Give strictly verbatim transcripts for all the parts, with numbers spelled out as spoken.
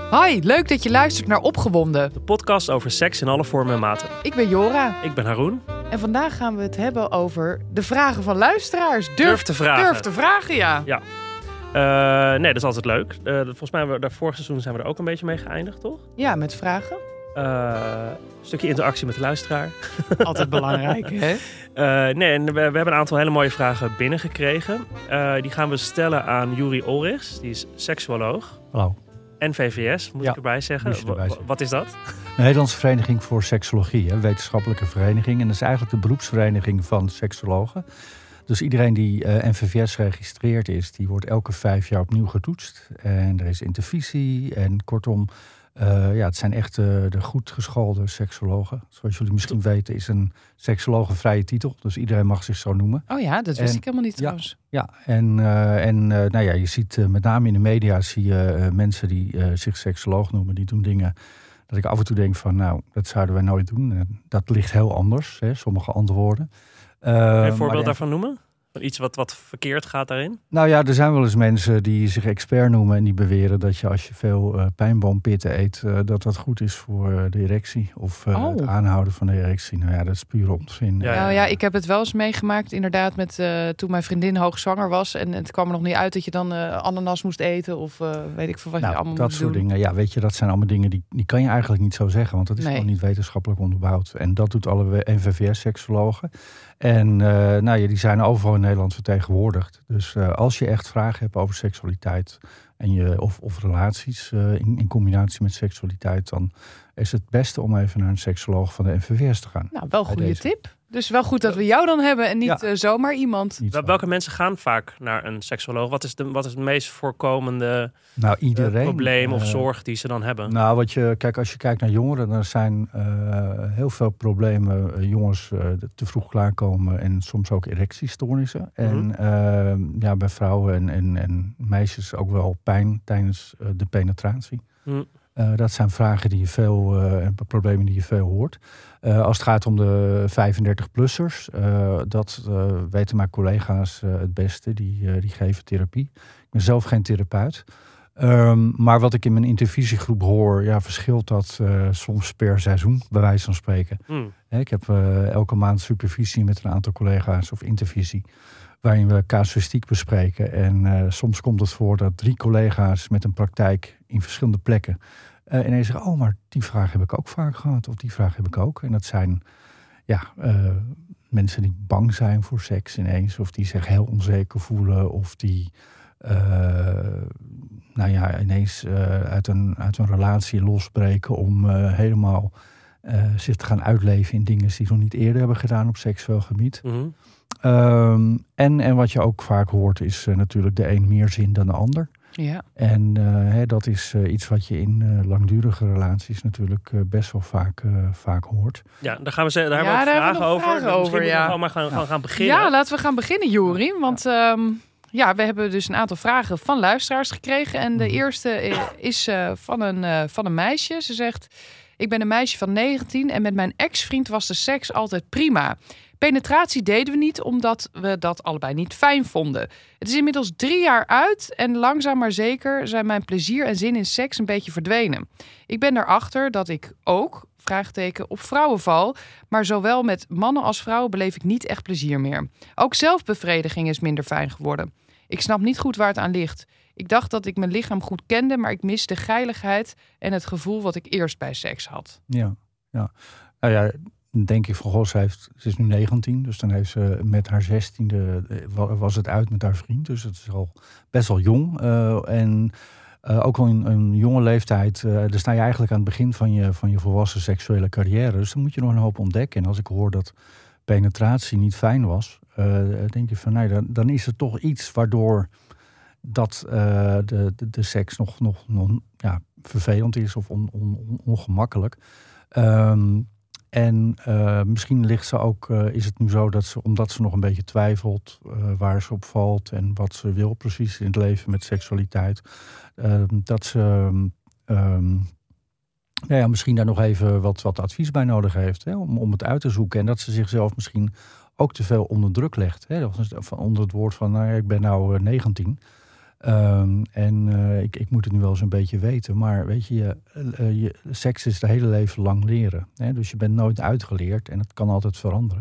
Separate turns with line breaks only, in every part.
Hoi, leuk dat je luistert naar Opgewonden.
De podcast over seks in alle vormen en maten.
Ik ben Jora.
Ik ben Haroon.
En vandaag gaan we het hebben over de vragen van luisteraars. Durf,
Durf te vragen.
Durf te vragen, ja.
Ja. Uh, nee, dat is altijd leuk. Uh, volgens mij, hebben we, vorig seizoen zijn we er ook een beetje mee geëindigd, toch?
Ja, met vragen.
Uh, een stukje interactie met de luisteraar.
Altijd belangrijk, hè?
Uh, nee, en we, we hebben een aantal hele mooie vragen binnengekregen. Uh, die gaan we stellen aan Juri Olrichs. Die is seksuoloog.
Hallo.
En V V S, moet ja, ik erbij zeggen.
Erbij zeggen.
Wat is dat?
De Nederlandse Vereniging voor Seksologie, een wetenschappelijke vereniging. En dat is eigenlijk de beroepsvereniging van seksologen. Dus iedereen die uh, N V V S geregistreerd is, die wordt elke vijf jaar opnieuw getoetst. En er is intervisie en kortom, uh, ja, het zijn echt uh, de goed geschoolde seksologen. Zoals jullie misschien weten is een seksoloog een vrije titel. Dus iedereen mag zich zo noemen.
Oh ja, dat wist
en,
ik helemaal niet trouwens.
Ja, ja. en, uh, en uh, nou ja, je ziet uh, met name in de media zie je uh, mensen die uh, zich seksoloog noemen. Die doen dingen dat ik af en toe denk van nou, dat zouden wij nooit doen. Uh, dat ligt heel anders, hè, sommige antwoorden.
Uh, Kun je een voorbeeld daarvan noemen? Iets wat, wat verkeerd gaat daarin?
Nou ja, er zijn wel eens mensen die zich expert noemen en die beweren dat je als je veel uh, pijnboompitten eet, uh, dat dat goed is voor uh, de erectie. Of uh, oh. het aanhouden van de erectie. Nou ja, dat is pure onzin.
Ja, ja. Nou ja, ik heb het wel eens meegemaakt inderdaad met uh, toen mijn vriendin hoogzwanger was. En het kwam er nog niet uit dat je dan uh, ananas moest eten of uh, weet ik veel wat
nou,
je allemaal
dat
moet
soort
doen.
dingen. Ja, weet je, dat zijn allemaal dingen die, die kan je eigenlijk niet zo zeggen. Want dat is nee. gewoon niet wetenschappelijk onderbouwd. En dat doet alle N V V S-seksologen. En uh, nou ja, die zijn overal in Nederland vertegenwoordigd. Dus uh, als je echt vragen hebt over seksualiteit en je, of, of relaties uh, in, in combinatie met seksualiteit, dan is het beste om even naar een seksoloog van de N V V S te gaan.
Nou, wel een goede deze. tip. Dus wel goed dat we jou dan hebben en niet ja. uh, zomaar iemand.
Wel, welke mensen gaan vaak naar een seksoloog? Wat is, de, wat is het meest voorkomende
nou, iedereen,
uh, probleem of
uh,
zorg die ze dan hebben?
Nou, wat je, kijk, als je kijkt naar jongeren, dan zijn uh, heel veel problemen. Uh, jongens uh, te vroeg klaarkomen en soms ook erectiestoornissen. Mm-hmm. En uh, ja, bij vrouwen en, en, en meisjes ook wel pijn tijdens uh, de penetratie. Mm. Uh, dat zijn vragen die je veel, uh, en problemen die je veel hoort. Uh, als het gaat om de vijfendertig-plussers, uh, dat uh, weten mijn collega's uh, het beste. Die, uh, die geven therapie. Ik ben zelf geen therapeut. Um, maar wat ik in mijn intervisiegroep hoor, ja, verschilt dat uh, soms per seizoen, bij wijze van spreken. Mm. He, ik heb uh, elke maand supervisie met een aantal collega's of intervisie, waarin we casuïstiek bespreken. En uh, soms komt het voor dat drie collega's met een praktijk in verschillende plekken uh, ineens zeggen, oh, maar die vraag heb ik ook vaak gehad. Of die vraag heb ik ook. En dat zijn ja, uh, mensen die bang zijn voor seks ineens. Of die zich heel onzeker voelen. Of die uh, nou ja, ineens uh, uit, een, uit een relatie losbreken om uh, helemaal uh, zich te gaan uitleven in dingen die ze nog niet eerder hebben gedaan op seksueel gebied. Mm-hmm. Um, en, en wat je ook vaak hoort is uh, natuurlijk de een meer zin dan de ander.
Ja.
En uh, hè, dat is uh, iets wat je in uh, langdurige relaties natuurlijk uh, best wel vaak, uh, vaak hoort.
Ja, daar gaan we ze, daar
ja,
hebben we ook
daar
vragen
we
over.
Vragen
dus
over
misschien
ja.
moeten we maar gaan,
ja.
gaan beginnen.
Ja, laten we gaan beginnen, Juri. Want ja. Um, ja, we hebben dus een aantal vragen van luisteraars gekregen. En de mm. eerste is uh, van, een, uh, van een meisje. Ze zegt, ik ben een meisje van negentien en met mijn ex-vriend was de seks altijd prima. Penetratie deden we niet, omdat we dat allebei niet fijn vonden. Het is inmiddels drie jaar uit en langzaam maar zeker zijn mijn plezier en zin in seks een beetje verdwenen. Ik ben erachter dat ik ook, vraagteken, op vrouwen val, maar zowel met mannen als vrouwen beleef ik niet echt plezier meer. Ook zelfbevrediging is minder fijn geworden. Ik snap niet goed waar het aan ligt. Ik dacht dat ik mijn lichaam goed kende, maar ik mis de geiligheid en het gevoel wat ik eerst bij seks had.
Ja, ja. Nou ja, denk ik van, goh, ze, heeft, ze is nu negentien, dus dan heeft ze met haar zestiende was het uit met haar vriend. Dus het is al best wel jong. Uh, en uh, ook al in een jonge leeftijd, uh, dan sta je eigenlijk aan het begin van je, van je volwassen seksuele carrière. Dus dan moet je nog een hoop ontdekken. En als ik hoor dat penetratie niet fijn was, uh, denk je van, nee, dan, dan is er toch iets waardoor dat uh, de, de, de seks nog, nog, nog ja, vervelend is of on, on, on, ongemakkelijk. Um, En uh, misschien ligt ze ook, uh, is het nu zo dat ze, omdat ze nog een beetje twijfelt uh, waar ze op valt en wat ze wil precies in het leven met seksualiteit, uh, dat ze um, nou ja, misschien daar nog even wat, wat advies bij nodig heeft, hè, om, om het uit te zoeken. En dat ze zichzelf misschien ook te veel onder druk legt. Hè, van onder het woord van, nou ja, ik ben nou negentien. Um, en uh, ik, ik moet het nu wel eens een beetje weten. Maar weet je, je, uh, je seks is het hele leven lang leren. Hè? Dus je bent nooit uitgeleerd en het kan altijd veranderen.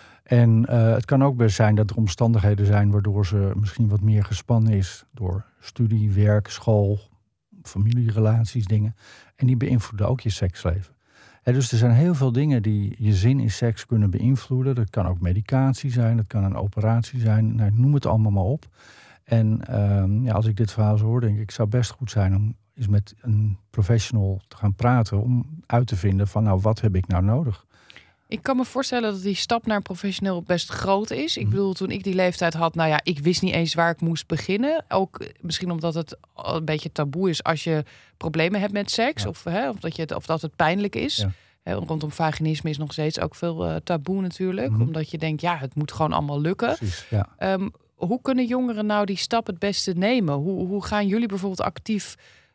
En uh, het kan ook best zijn dat er omstandigheden zijn waardoor ze misschien wat meer gespannen is door studie, werk, school, familierelaties, dingen. En die beïnvloeden ook je seksleven. En dus er zijn heel veel dingen die je zin in seks kunnen beïnvloeden. Dat kan ook medicatie zijn, dat kan een operatie zijn. Nou, noem het allemaal maar op. En uh, ja, als ik dit verhaal zo hoor, denk ik, het zou best goed zijn om eens met een professional te gaan praten. Om uit te vinden van, nou, wat heb ik nou nodig?
Ik kan me voorstellen dat die stap naar een professioneel best groot is. Ik bedoel, toen ik die leeftijd had, nou ja, ik wist niet eens waar ik moest beginnen. Ook misschien omdat het een beetje taboe is als je problemen hebt met seks. Ja. Of, hè, of, dat je het, of dat het pijnlijk is. Ja. Hè, rondom vaginisme is nog steeds ook veel uh, taboe natuurlijk. Mm-hmm. Omdat je denkt, ja, het moet gewoon allemaal lukken.
Precies, ja.
Um, hoe kunnen jongeren nou die stap het beste nemen? Hoe, hoe gaan jullie bijvoorbeeld actief...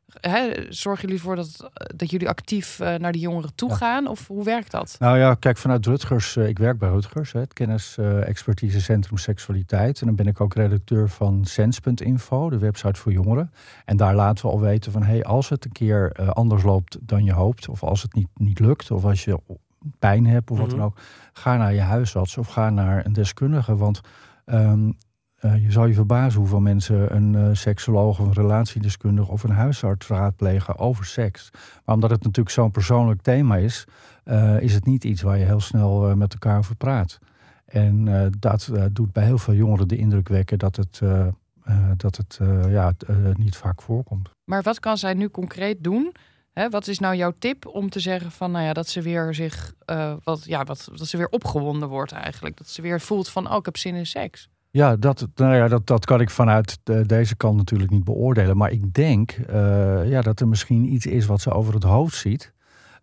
He, zorgen jullie ervoor dat, dat jullie actief uh, naar die jongeren toe gaan? Ja. Of hoe werkt dat?
Nou ja, kijk, vanuit Rutgers, uh, ik werk bij Rutgers, hè, het Kennis uh, Expertise Centrum Seksualiteit. En dan ben ik ook redacteur van sens punt info, de website voor jongeren. En daar laten we al weten van, hey, als het een keer uh, anders loopt dan je hoopt, of als het niet, niet lukt, of als je pijn hebt of mm-hmm. wat dan ook, ga naar je huisarts of ga naar een deskundige. Want um, Uh, je zou je verbazen hoeveel mensen een uh, seksoloog of een relatiedeskundige of een huisarts raadplegen over seks. Maar omdat het natuurlijk zo'n persoonlijk thema is, uh, is het niet iets waar je heel snel uh, met elkaar over praat. En uh, dat uh, doet bij heel veel jongeren de indruk wekken dat het, uh, uh, dat het uh, ja, uh, niet vaak voorkomt.
Maar wat kan zij nu concreet doen? Hè, wat is nou jouw tip om te zeggen van, nou ja, dat ze weer zich, uh, wat, ja, wat, dat ze weer opgewonden wordt eigenlijk? Dat ze weer voelt van, oh, ik heb zin in seks.
Ja, dat, nou ja dat, dat kan ik vanuit de, deze kant natuurlijk niet beoordelen. Maar ik denk uh, ja, dat er misschien iets is wat ze over het hoofd ziet.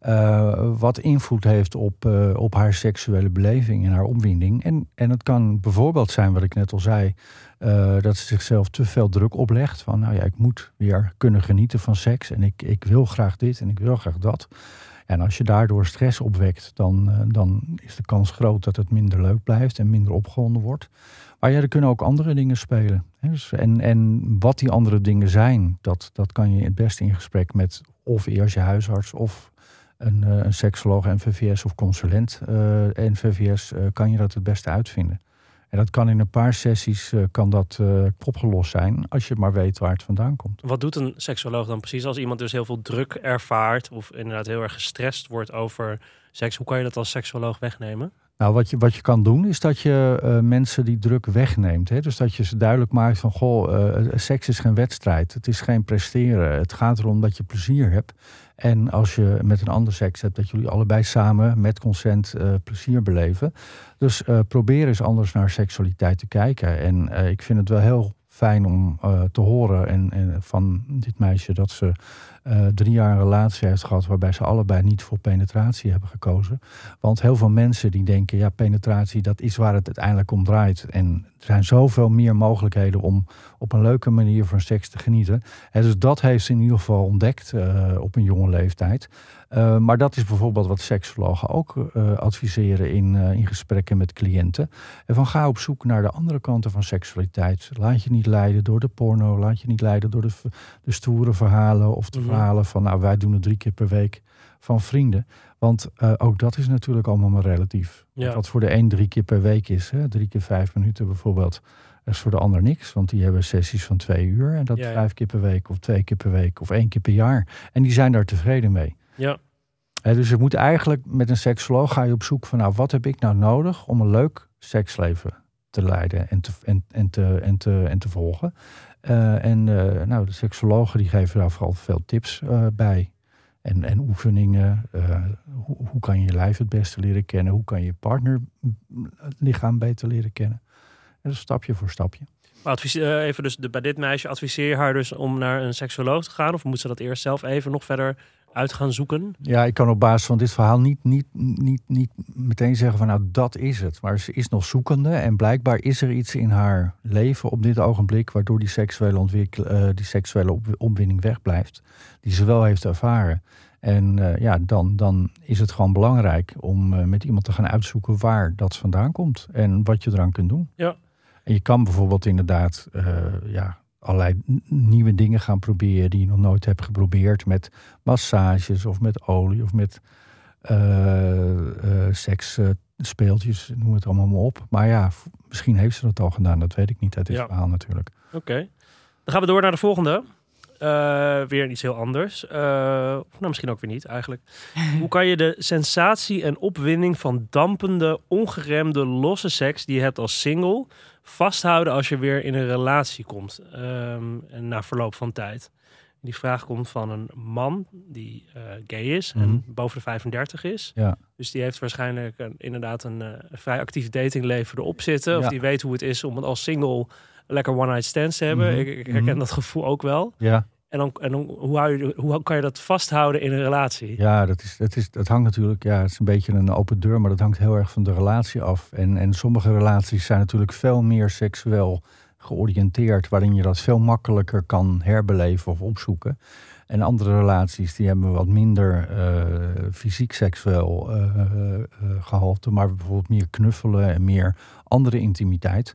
Uh, wat invloed heeft op, uh, op haar seksuele beleving en haar opwinding. En, en het kan bijvoorbeeld zijn, wat ik net al zei, uh, dat ze zichzelf te veel druk oplegt. Van, nou ja, ik moet weer kunnen genieten van seks. En ik, ik wil graag dit en ik wil graag dat. En als je daardoor stress opwekt, dan, uh, dan is de kans groot dat het minder leuk blijft en minder opgewonden wordt. Maar ja, er kunnen ook andere dingen spelen. Dus en, en wat die andere dingen zijn, dat, dat kan je het beste in gesprek met of eerst je huisarts of een, uh, een seksoloog, N V V S of consulent uh, N V V S, uh, kan je dat het beste uitvinden. En dat kan in een paar sessies uh, kan dat uh, opgelost zijn, als je maar weet waar het vandaan komt.
Wat doet een seksoloog dan precies als iemand dus heel veel druk ervaart of inderdaad heel erg gestrest wordt over seks? Hoe kan je dat als seksoloog wegnemen?
Nou, wat je, wat je kan doen, is dat je uh, mensen die druk wegneemt. Hè? Dus dat je ze duidelijk maakt van, goh, uh, seks is geen wedstrijd. Het is geen presteren. Het gaat erom dat je plezier hebt. En als je met een ander seks hebt, dat jullie allebei samen met consent uh, plezier beleven. Dus uh, probeer eens anders naar seksualiteit te kijken. En uh, ik vind het wel heel fijn om uh, te horen en, en van dit meisje dat ze uh, drie jaar een relatie heeft gehad waarbij ze allebei niet voor penetratie hebben gekozen. Want heel veel mensen die denken, ja, penetratie, dat is waar het uiteindelijk om draait. En er zijn zoveel meer mogelijkheden om op een leuke manier van seks te genieten. En dus dat heeft ze in ieder geval ontdekt uh, op een jonge leeftijd. Uh, maar dat is bijvoorbeeld wat seksologen ook uh, adviseren in, uh, in gesprekken met cliënten. En van ga op zoek naar de andere kanten van seksualiteit. Laat je niet leiden door de porno. Laat je niet leiden door de, de stoere verhalen of de mm-hmm. verhalen van, nou, wij doen het drie keer per week van vrienden. Want uh, ook dat is natuurlijk allemaal maar relatief. Ja. Wat voor de een drie keer per week is, hè, drie keer vijf minuten bijvoorbeeld, is voor de ander niks. Want die hebben sessies van twee uur en dat ja, ja. vijf keer per week of twee keer per week of één keer per jaar. En die zijn daar tevreden mee.
Ja.
He, dus je moet eigenlijk met een seksoloog ga je op zoek van, nou, wat heb ik nou nodig om een leuk seksleven te leiden en te, en, en te, en te, en te volgen. Uh, en uh, nou, de seksologen die geven daar vooral veel tips uh, bij. En, en oefeningen. Uh, hoe, hoe kan je je lijf het beste leren kennen? Hoe kan je je partner het lichaam beter leren kennen? En dus stapje voor stapje.
Maar adviseer, even dus de, bij dit meisje, adviseer je haar dus om naar een seksoloog te gaan? Of moet ze dat eerst zelf even nog verder uit gaan zoeken?
Ja, ik kan op basis van dit verhaal niet, niet, niet, niet meteen zeggen van, nou, dat is het. Maar ze is nog zoekende en blijkbaar is er iets in haar leven op dit ogenblik waardoor die seksuele, ontwikkel, uh, die seksuele op, opwinding wegblijft. Die ze wel heeft ervaren. En uh, ja, dan, dan is het gewoon belangrijk om uh, met iemand te gaan uitzoeken waar dat vandaan komt en wat je eraan kunt doen.
Ja.
En je kan bijvoorbeeld inderdaad uh, ja, allerlei n- nieuwe dingen gaan proberen die je nog nooit hebt geprobeerd. Met massages of met olie of met uh, uh, seksspeeltjes, noem het allemaal maar op. Maar ja, v- misschien heeft ze dat al gedaan, dat weet ik niet uit dit
Ja.
verhaal natuurlijk.
Oké. Okay. Dan gaan we door naar de volgende. Uh, weer iets heel anders. Uh, of nou, misschien ook weer niet eigenlijk. Hoe kan je de sensatie en opwinding van dampende, ongeremde, losse seks die je hebt als single vasthouden als je weer in een relatie komt um, en na verloop van tijd? Die vraag komt van een man die uh, gay is mm-hmm. en boven de vijfendertig is.
Ja.
Dus die heeft waarschijnlijk een, inderdaad een uh, vrij actief datingleven erop zitten. Of ja. die weet hoe het is om het als single lekker one-night stands te hebben. Mm-hmm. Ik, ik herken mm-hmm. dat gevoel ook wel.
Ja.
En dan, en dan hoe, hou je, hoe kan je dat vasthouden in een relatie?
Ja, dat, is, dat, is, dat hangt natuurlijk... Ja, het is een beetje een open deur, maar dat hangt heel erg van de relatie af. En, en sommige relaties zijn natuurlijk veel meer seksueel georiënteerd, waarin je dat veel makkelijker kan herbeleven of opzoeken. En andere relaties die hebben wat minder uh, fysiek seksueel uh, uh, gehalte, maar bijvoorbeeld meer knuffelen en meer andere intimiteit.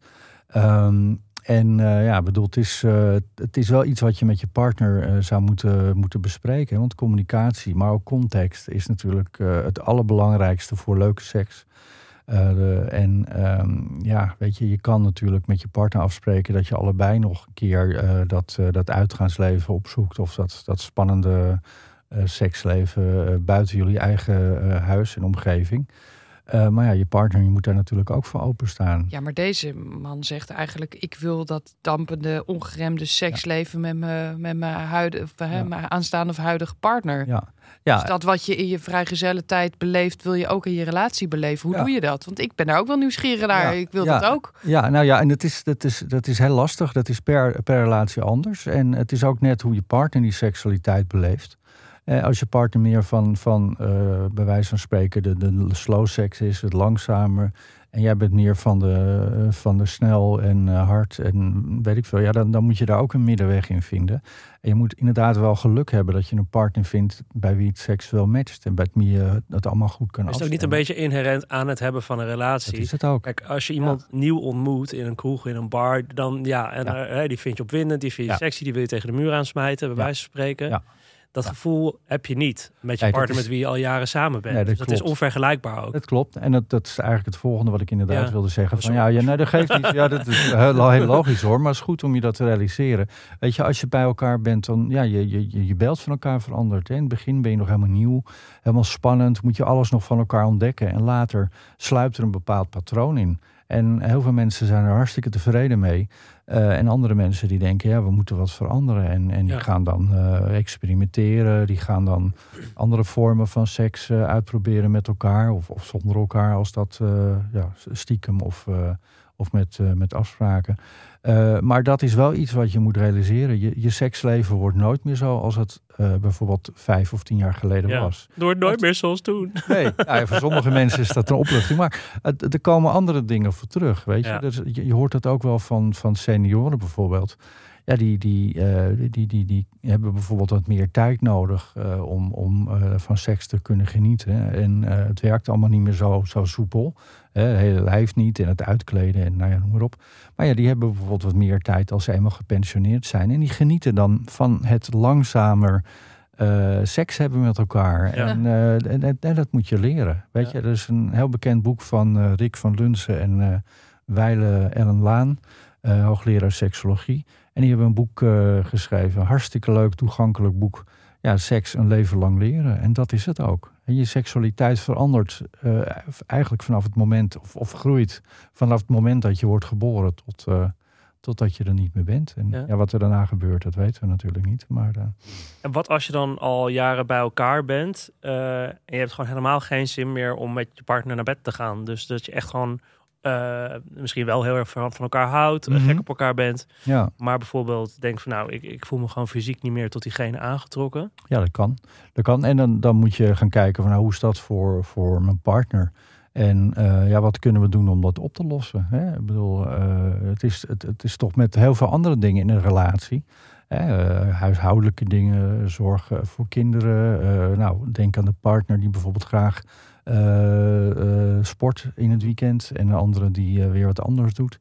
Um, En uh, ja, bedoel, het is, uh, het is wel iets wat je met je partner uh, zou moeten, moeten bespreken. Want communicatie, maar ook context is natuurlijk uh, het allerbelangrijkste voor leuke seks. Uh, de, en um, ja, weet je, je kan natuurlijk met je partner afspreken dat je allebei nog een keer uh, dat, uh, dat uitgaansleven opzoekt. Of dat, dat spannende uh, seksleven uh, buiten jullie eigen uh, huis en omgeving. Uh, maar ja, je partner, je moet daar natuurlijk ook voor openstaan.
Ja, maar deze man zegt eigenlijk, ik wil dat dampende, ongeremde seksleven ja. met mijn met mijn huidige, ja. mijn aanstaande of huidige partner.
Ja. Ja.
Dus dat wat je in je vrijgezelle tijd beleeft, wil je ook in je relatie beleven. Hoe ja. doe je dat? Want ik ben daar ook wel nieuwsgierig naar. Ja. Ik wil
ja.
dat ook.
Ja, nou ja, en dat is, dat is, dat is heel lastig. Dat is per, per relatie anders. En het is ook net hoe je partner die seksualiteit beleeft. Eh, als je partner meer van, van uh, bij wijze van spreken, de, de slow sex is, het langzamer. En jij bent meer van de, uh, van de snel en uh, hard en weet ik veel. Ja, dan, dan moet je daar ook een middenweg in vinden. En je moet inderdaad wel geluk hebben dat je een partner vindt bij wie het seksueel matcht. En bij wie je het allemaal goed kan afstemmen.
Is het ook niet een beetje inherent aan het hebben van een relatie?
Dat is het ook.
Kijk, als je iemand ja. nieuw ontmoet in een kroeg, in een bar, dan ja, en ja. Uh, die vind je opwindend, die vind je ja. sexy, die wil je tegen de muur aansmijten, bij ja. wijze van spreken. Ja. Dat ja. gevoel heb je niet met je nee, partner is, met wie je al jaren samen bent. Nee, dat, dus dat is onvergelijkbaar ook.
Dat klopt. En dat, dat is eigenlijk het volgende wat ik inderdaad ja. wilde zeggen. Van, ja, ja, nee, dat geeft niet. Ja, dat is heel, heel logisch hoor. Maar het is goed om je dat te realiseren. Weet je, als je bij elkaar bent, dan ja, je, je, je beeld van elkaar verandert. Hè. In het begin ben je nog helemaal nieuw, helemaal spannend. Moet je alles nog van elkaar ontdekken. En later sluipt er een bepaald patroon in. En heel veel mensen zijn er hartstikke tevreden mee. Uh, en andere mensen die denken, ja, we moeten wat veranderen. En, en die ja. gaan dan uh, experimenteren. Die gaan dan andere vormen van seks uh, uitproberen met elkaar. Of, of zonder elkaar, als dat uh, ja, stiekem of, uh, of met, uh, met afspraken. Uh, maar dat is wel iets wat je moet realiseren. Je, je seksleven wordt nooit meer zo als het uh, bijvoorbeeld vijf of tien jaar geleden ja. was.
Het wordt nooit dat, meer zoals toen.
Nee, ja, voor sommige mensen is dat een opluchting. Maar het, er komen andere dingen voor terug, weet je. Ja. Dus je. Je hoort dat ook wel van, van senioren bijvoorbeeld. Ja, die, die, uh, die, die, die, die hebben bijvoorbeeld wat meer tijd nodig uh, om, om uh, van seks te kunnen genieten. En uh, het werkt allemaal niet meer zo, zo soepel. Uh, het hele lijf niet en het uitkleden en nou ja, noem maar op. Maar ja, die hebben bijvoorbeeld wat meer tijd als ze eenmaal gepensioneerd zijn. En die genieten dan van het langzamer uh, seks hebben met elkaar. Ja. En, uh, en, en, en dat moet je leren. Weet ja. je, er is een heel bekend boek van uh, Rick van Lunsen en uh, Weile Ellen Laan, uh, hoogleraar seksologie. En die hebben een boek uh, geschreven. Hartstikke leuk, toegankelijk boek. Ja, seks een leven lang leren. En dat is het ook. En je seksualiteit verandert uh, eigenlijk vanaf het moment, of, of groeit vanaf het moment dat je wordt geboren tot, uh, totdat je er niet meer bent. En ja. Ja, wat er daarna gebeurt, dat weten we natuurlijk niet. Maar, uh...
En wat als je dan al jaren bij elkaar bent uh, en je hebt gewoon helemaal geen zin meer om met je partner naar bed te gaan. Dus dat je echt gewoon Uh, misschien wel heel erg van, van elkaar houdt, mm-hmm. gek op elkaar bent. Ja. Maar bijvoorbeeld denk van nou, ik, ik voel me gewoon fysiek niet meer tot diegene aangetrokken.
Ja, dat kan. Dat kan. En dan, dan moet je gaan kijken van nou, hoe is dat voor, voor mijn partner? En uh, ja, wat kunnen we doen om dat op te lossen? Hè? Ik bedoel, uh, het, is, het, het is toch met heel veel andere dingen in een relatie. Hè? Uh, huishoudelijke dingen, zorgen voor kinderen. Uh, nou, denk aan de partner die bijvoorbeeld graag Uh, uh, sport in het weekend en een andere die uh, weer wat anders doet.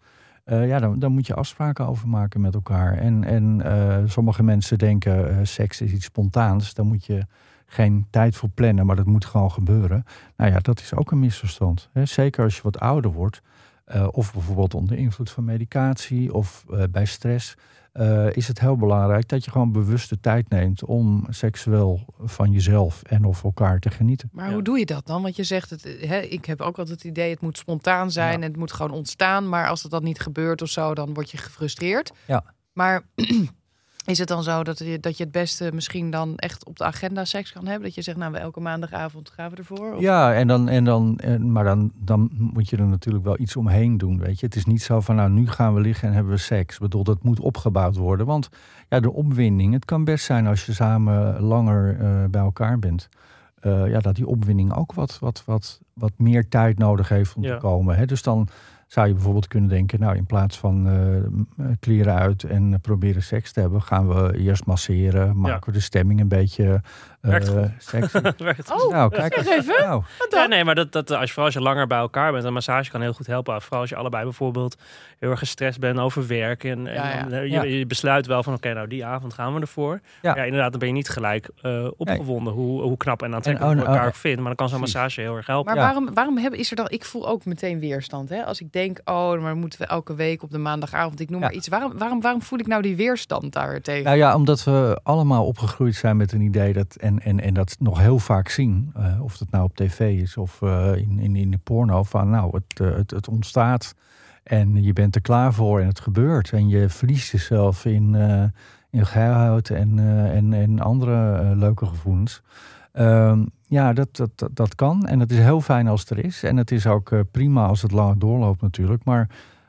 Uh, ja, dan, dan moet je afspraken over maken met elkaar. En, en uh, sommige mensen denken, uh, seks is iets spontaans. Daar moet je geen tijd voor plannen, maar dat moet gewoon gebeuren. Nou ja, dat is ook een misverstand. Hè? Zeker als je wat ouder wordt. Uh, of bijvoorbeeld onder invloed van medicatie of uh, bij stress. Uh, is het heel belangrijk dat je gewoon bewust de tijd neemt om seksueel van jezelf en of elkaar te genieten.
Maar
ja.
hoe doe je dat dan? Want je zegt, het, hè, ik heb ook altijd het idee, het moet spontaan zijn, ja. Het moet gewoon ontstaan. Maar als het dan niet gebeurt of zo, dan word je gefrustreerd.
Ja.
Maar is het dan zo dat je, dat je het beste misschien dan echt op de agenda seks kan hebben? Dat je zegt, nou, elke maandagavond gaan we ervoor? Of?
Ja, en dan, en dan, en, maar dan, dan moet je er natuurlijk wel iets omheen doen, weet je. Het is niet zo van, nou, nu gaan we liggen en hebben we seks. Ik bedoel, dat moet opgebouwd worden. Want ja, de opwinding, het kan best zijn als je samen langer uh, bij elkaar bent. Uh, ja, dat die opwinding ook wat, wat, wat, wat meer tijd nodig heeft om ja. te komen. Hè? Dus dan zou je bijvoorbeeld kunnen denken, nou, in plaats van uh, kleren uit en uh, proberen seks te hebben, gaan we eerst masseren, maken ja. we de stemming een beetje uh,
Werkt goed.
sexy.
Werkt
goed. Oh, nou, kijk even.
Nou.
Ja, nee, maar dat, dat, als je, vooral als je langer bij elkaar bent, een massage kan heel goed helpen. Vooral als je allebei bijvoorbeeld heel erg gestrest bent over werk. En, en, ja, ja. en je, ja. je besluit wel van, oké, okay, nou die avond gaan we ervoor. Ja, ja inderdaad, dan ben je niet gelijk uh, opgewonden nee. hoe, hoe knap en aantrekkelijk je elkaar oh, ook vindt. Maar dan kan zo'n massage heel erg helpen.
Maar
ja.
waarom, waarom hebben, is er dan, ik voel ook meteen weerstand. Hè? Als ik denk, oh, maar moeten we elke week op de maandagavond, ik noem ja. maar iets. Waarom, waarom, waarom voel ik nou die weerstand daar tegen?
Nou ja, omdat we allemaal opgegroeid zijn met een idee dat, en, en, en dat nog heel vaak zien, uh, of dat nou op tv is of uh, in, in, in de porno, van nou, het, uh, het, het ontstaat en je bent er klaar voor en het gebeurt. En je verliest jezelf in, uh, in geilheid en, uh, en, en andere uh, leuke gevoelens. Uh, ja, dat, dat, dat, dat kan. En het is heel fijn als het er is. En het is ook uh, prima als het langer doorloopt natuurlijk. Maar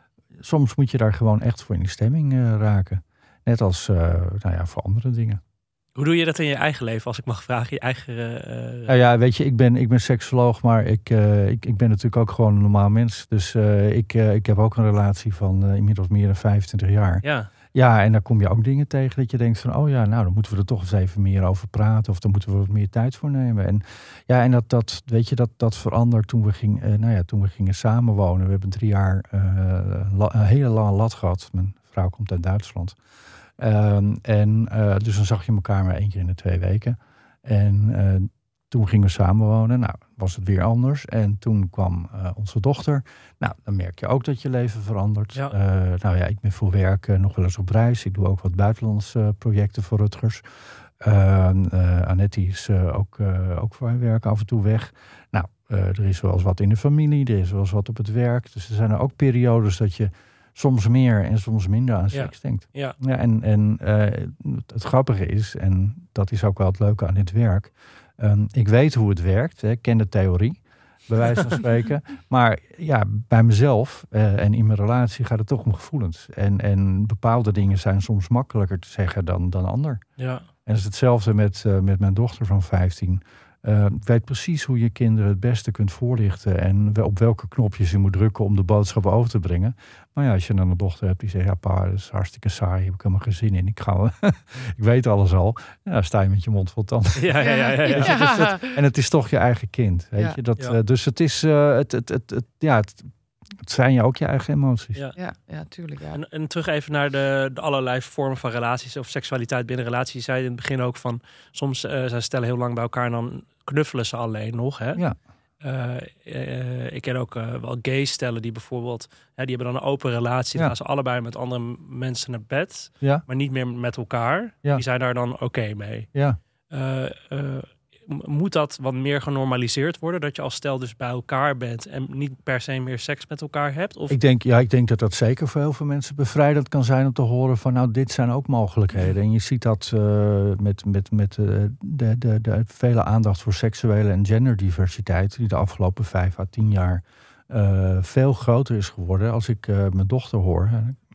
soms moet je daar gewoon echt voor in de stemming uh, raken. Net als uh, nou ja, voor andere dingen.
Hoe doe je dat in je eigen leven, als ik mag vragen? Je eigen... Uh...
Nou ja, weet je, ik ben, ik ben seksoloog, maar ik, uh, ik, ik ben natuurlijk ook gewoon een normaal mens. Dus uh, ik, uh, ik heb ook een relatie van uh, inmiddels meer dan vijfentwintig jaar.
Ja.
Ja, en dan kom je ook dingen tegen dat je denkt van, oh ja, nou, dan moeten we er toch eens even meer over praten. Of dan moeten we wat meer tijd voor nemen. En ja, en dat, dat weet je, dat, dat verandert toen we, ging, uh, nou ja, toen we gingen samenwonen. We hebben drie jaar uh, la, een hele lange lat gehad. Mijn vrouw komt uit Duitsland. Um, en uh, dus dan zag je elkaar maar één keer in de twee weken. En uh, toen gingen we samenwonen. Nou, was het weer anders. En toen kwam uh, onze dochter. Nou, dan merk je ook dat je leven verandert. Ja. Uh, nou ja, ik ben voor werk uh, nog wel eens op reis. Ik doe ook wat buitenlandse uh, projecten voor Rutgers. Uh, uh, Annette is uh, ook, uh, ook voor haar werk af en toe weg. Nou, uh, er is wel eens wat in de familie. Er is wel eens wat op het werk. Dus er zijn er ook periodes dat je soms meer en soms minder aan seks ja. denkt.
Ja.
Ja, en en uh, het grappige is, en dat is ook wel het leuke aan dit werk. Um, ik weet hoe het werkt. Hè, ik ken de theorie, bij wijze van spreken. Maar ja, bij mezelf uh, en in mijn relatie gaat het toch om gevoelens. En, en bepaalde dingen zijn soms makkelijker te zeggen dan, dan ander.
Ja.
En dat is hetzelfde met, uh, met mijn dochter van vijftien. Uh, ik weet precies hoe je kinderen het beste kunt voorlichten en op welke knopjes je moet drukken om de boodschap over te brengen. Maar ja, als je dan een dochter hebt die zegt, ja pa, dat is hartstikke saai, heb ik helemaal geen zin in. Ik, ga, ik weet alles al. Ja, dan sta je met je mond vol tanden.
Ja, ja, ja, ja, ja.
Dus het is het, en het is toch je eigen kind, weet ja. je. Dat, ja. uh, dus het is, uh, het, het, het, het, ja, het, het zijn je ook je eigen emoties.
Ja, ja, ja tuurlijk. Ja.
En, en terug even naar de, de allerlei vormen van relaties of seksualiteit binnen relaties. Je zei in het begin ook van, soms uh, zijn stellen heel lang bij elkaar en dan knuffelen ze alleen nog. Hè?
Ja.
Uh, uh, ik ken ook uh, wel gay stellen die bijvoorbeeld, ja, die hebben dan een open relatie. Ja. Dan gaan ze allebei met andere mensen naar bed,
ja.
maar niet meer met elkaar. Ja. Die zijn daar dan oké okay mee.
Ja.
Uh, uh, moet dat wat meer genormaliseerd worden? Dat je als stel dus bij elkaar bent en niet per se meer seks met elkaar hebt? Of?
Ik denk, ja, ik denk dat dat zeker voor heel veel mensen bevrijdend kan zijn om te horen van, nou, dit zijn ook mogelijkheden. En je ziet dat uh, met, met, met uh, de, de, de vele aandacht voor seksuele en genderdiversiteit, die de afgelopen vijf à tien jaar uh, veel groter is geworden. Als ik uh, mijn dochter hoor,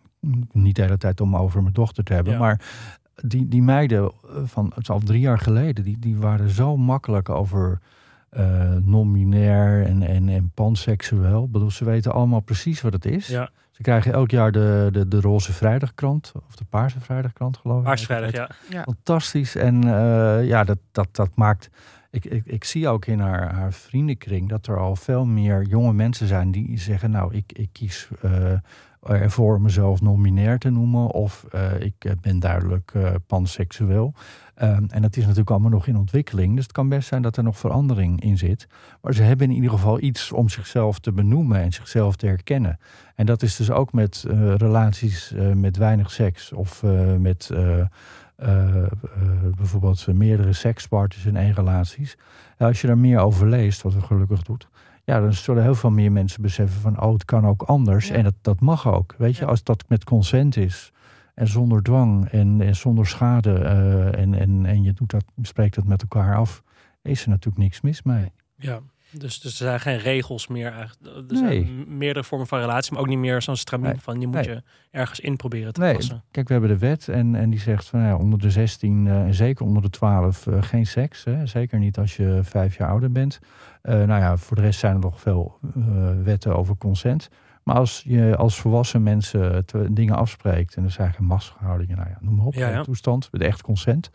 niet de hele tijd om over mijn dochter te hebben, ja. maar Die, die meiden van, het is al drie jaar geleden, die, die waren zo makkelijk over uh, non-binair en, en, en panseksueel. Ik bedoel, ze weten allemaal precies wat het is.
Ja.
Ze krijgen elk jaar de, de, de Roze Vrijdagkrant, of de Paarse Vrijdagkrant, geloof ik.
Paarse Vrijdag, ja.
ja.
Fantastisch. En uh, ja, dat, dat, dat maakt... Ik, ik, ik zie ook in haar, haar vriendenkring dat er al veel meer jonge mensen zijn die zeggen, nou, ik, ik kies uh, ervoor mezelf non-binair te noemen. Of uh, ik ben duidelijk uh, panseksueel. Um, en dat is natuurlijk allemaal nog in ontwikkeling. Dus het kan best zijn dat er nog verandering in zit. Maar ze hebben in ieder geval iets om zichzelf te benoemen en zichzelf te herkennen. En dat is dus ook met uh, relaties uh, met weinig seks. Of uh, met uh, uh, uh, bijvoorbeeld meerdere sekspartners in één relaties. Ja, als je daar meer over leest, wat we gelukkig doet. Ja, dan zullen heel veel meer mensen beseffen van, oh, het kan ook anders. Ja. En dat, dat mag ook. Weet je, ja. Als dat met consent is. En zonder dwang en, en zonder schade. Uh, en, en, en je doet dat, spreekt dat met elkaar af. Is er natuurlijk niks mis mee.
Ja, dus, dus er zijn geen regels meer. Er
nee.
zijn meerdere vormen van relatie. Maar ook niet meer zo'n stramien nee. van je moet nee. je ergens in proberen te
nee.
passen.
Kijk, we hebben de wet. En, en die zegt van ja, onder de zestien uh, en zeker onder de twaalf uh, geen seks. Hè? Zeker niet als je vijf jaar ouder bent. Uh, nou ja, voor de rest zijn er nog veel uh, wetten over consent. Maar als je als volwassen mensen te, dingen afspreekt. En er zijn geen machtsverhoudingen. Nou ja, noem maar op. Ja, ja. Toestand met echt consent.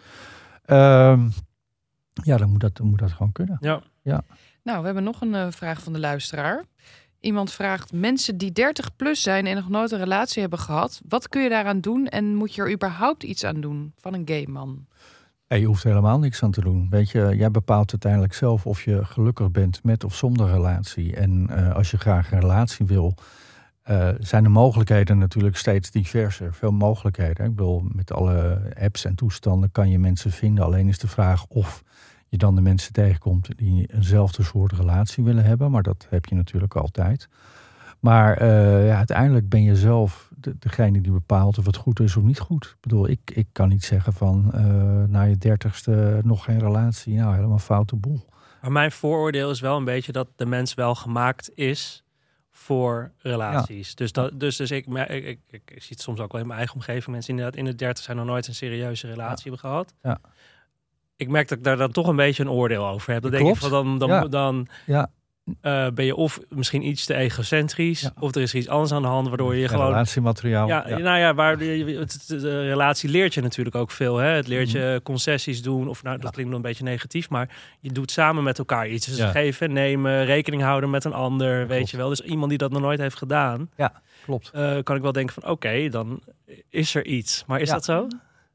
Um, ja, dan moet, dat, dan moet dat gewoon kunnen.
Ja.
Ja.
Nou, we hebben nog een uh, vraag van de luisteraar. Iemand vraagt, mensen die dertig plus zijn en nog nooit een relatie hebben gehad, wat kun je daaraan doen en moet je er überhaupt iets aan doen van een gay man?
Hey, je hoeft helemaal niks aan te doen. Weet je, jij bepaalt uiteindelijk zelf of je gelukkig bent met of zonder relatie. En uh, als je graag een relatie wil, uh, zijn de mogelijkheden natuurlijk steeds diverser. Veel mogelijkheden. Ik bedoel, met alle apps en toestanden kan je mensen vinden. Alleen is de vraag of je dan de mensen tegenkomt die eenzelfde soort relatie willen hebben. Maar dat heb je natuurlijk altijd. Maar uh, ja, uiteindelijk ben je zelf de, degene die bepaalt of het goed is of niet goed. Ik bedoel, ik, ik kan niet zeggen van uh, na je dertigste nog geen relatie. Nou, helemaal foute boel.
Maar mijn vooroordeel is wel een beetje dat de mens wel gemaakt is voor relaties. Ja. Dus, dat, dus, dus ik, ik, ik, ik, ik zie het soms ook wel in mijn eigen omgeving. Mensen inderdaad in de dertig zijn nog nooit een serieuze relatie ja. hebben gehad.
Ja.
Ik merk dat ik daar dan toch een beetje een oordeel over heb. Dan denk ik van dan, dan,
ja.
dan
ja.
Uh, ben je of misschien iets te egocentrisch, ja. of er is iets anders aan de hand waardoor je
en
gewoon
relatiemateriaal.
Ja, ja, nou ja, waar de, het, de relatie leert je natuurlijk ook veel. Hè? Het leert je concessies doen, of nou, dat ja. klinkt nog een beetje negatief, maar je doet samen met elkaar iets. Dus ja. geven, nemen, rekening houden met een ander,
klopt.
Weet je wel. Dus iemand die dat nog nooit heeft gedaan,
ja, klopt.
Uh, kan ik wel denken van, oké, okay, dan is er iets. Maar is
ja.
dat zo?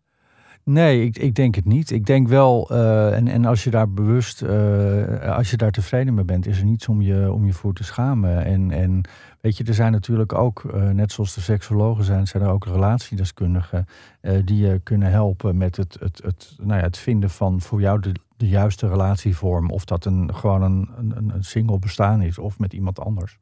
Nee, ik, ik denk het niet. Ik denk wel, uh, en, en als je daar bewust, uh, als je daar tevreden mee bent, is er niets om je, om je voor te schamen. En, en weet je, er zijn natuurlijk ook, uh, net zoals de seksologen zijn, zijn er ook relatiedeskundigen uh, die je kunnen helpen met het, het, het, nou ja, het vinden van voor jou de, de juiste relatievorm. Of dat een, gewoon een, een, een single bestaan is of met iemand anders.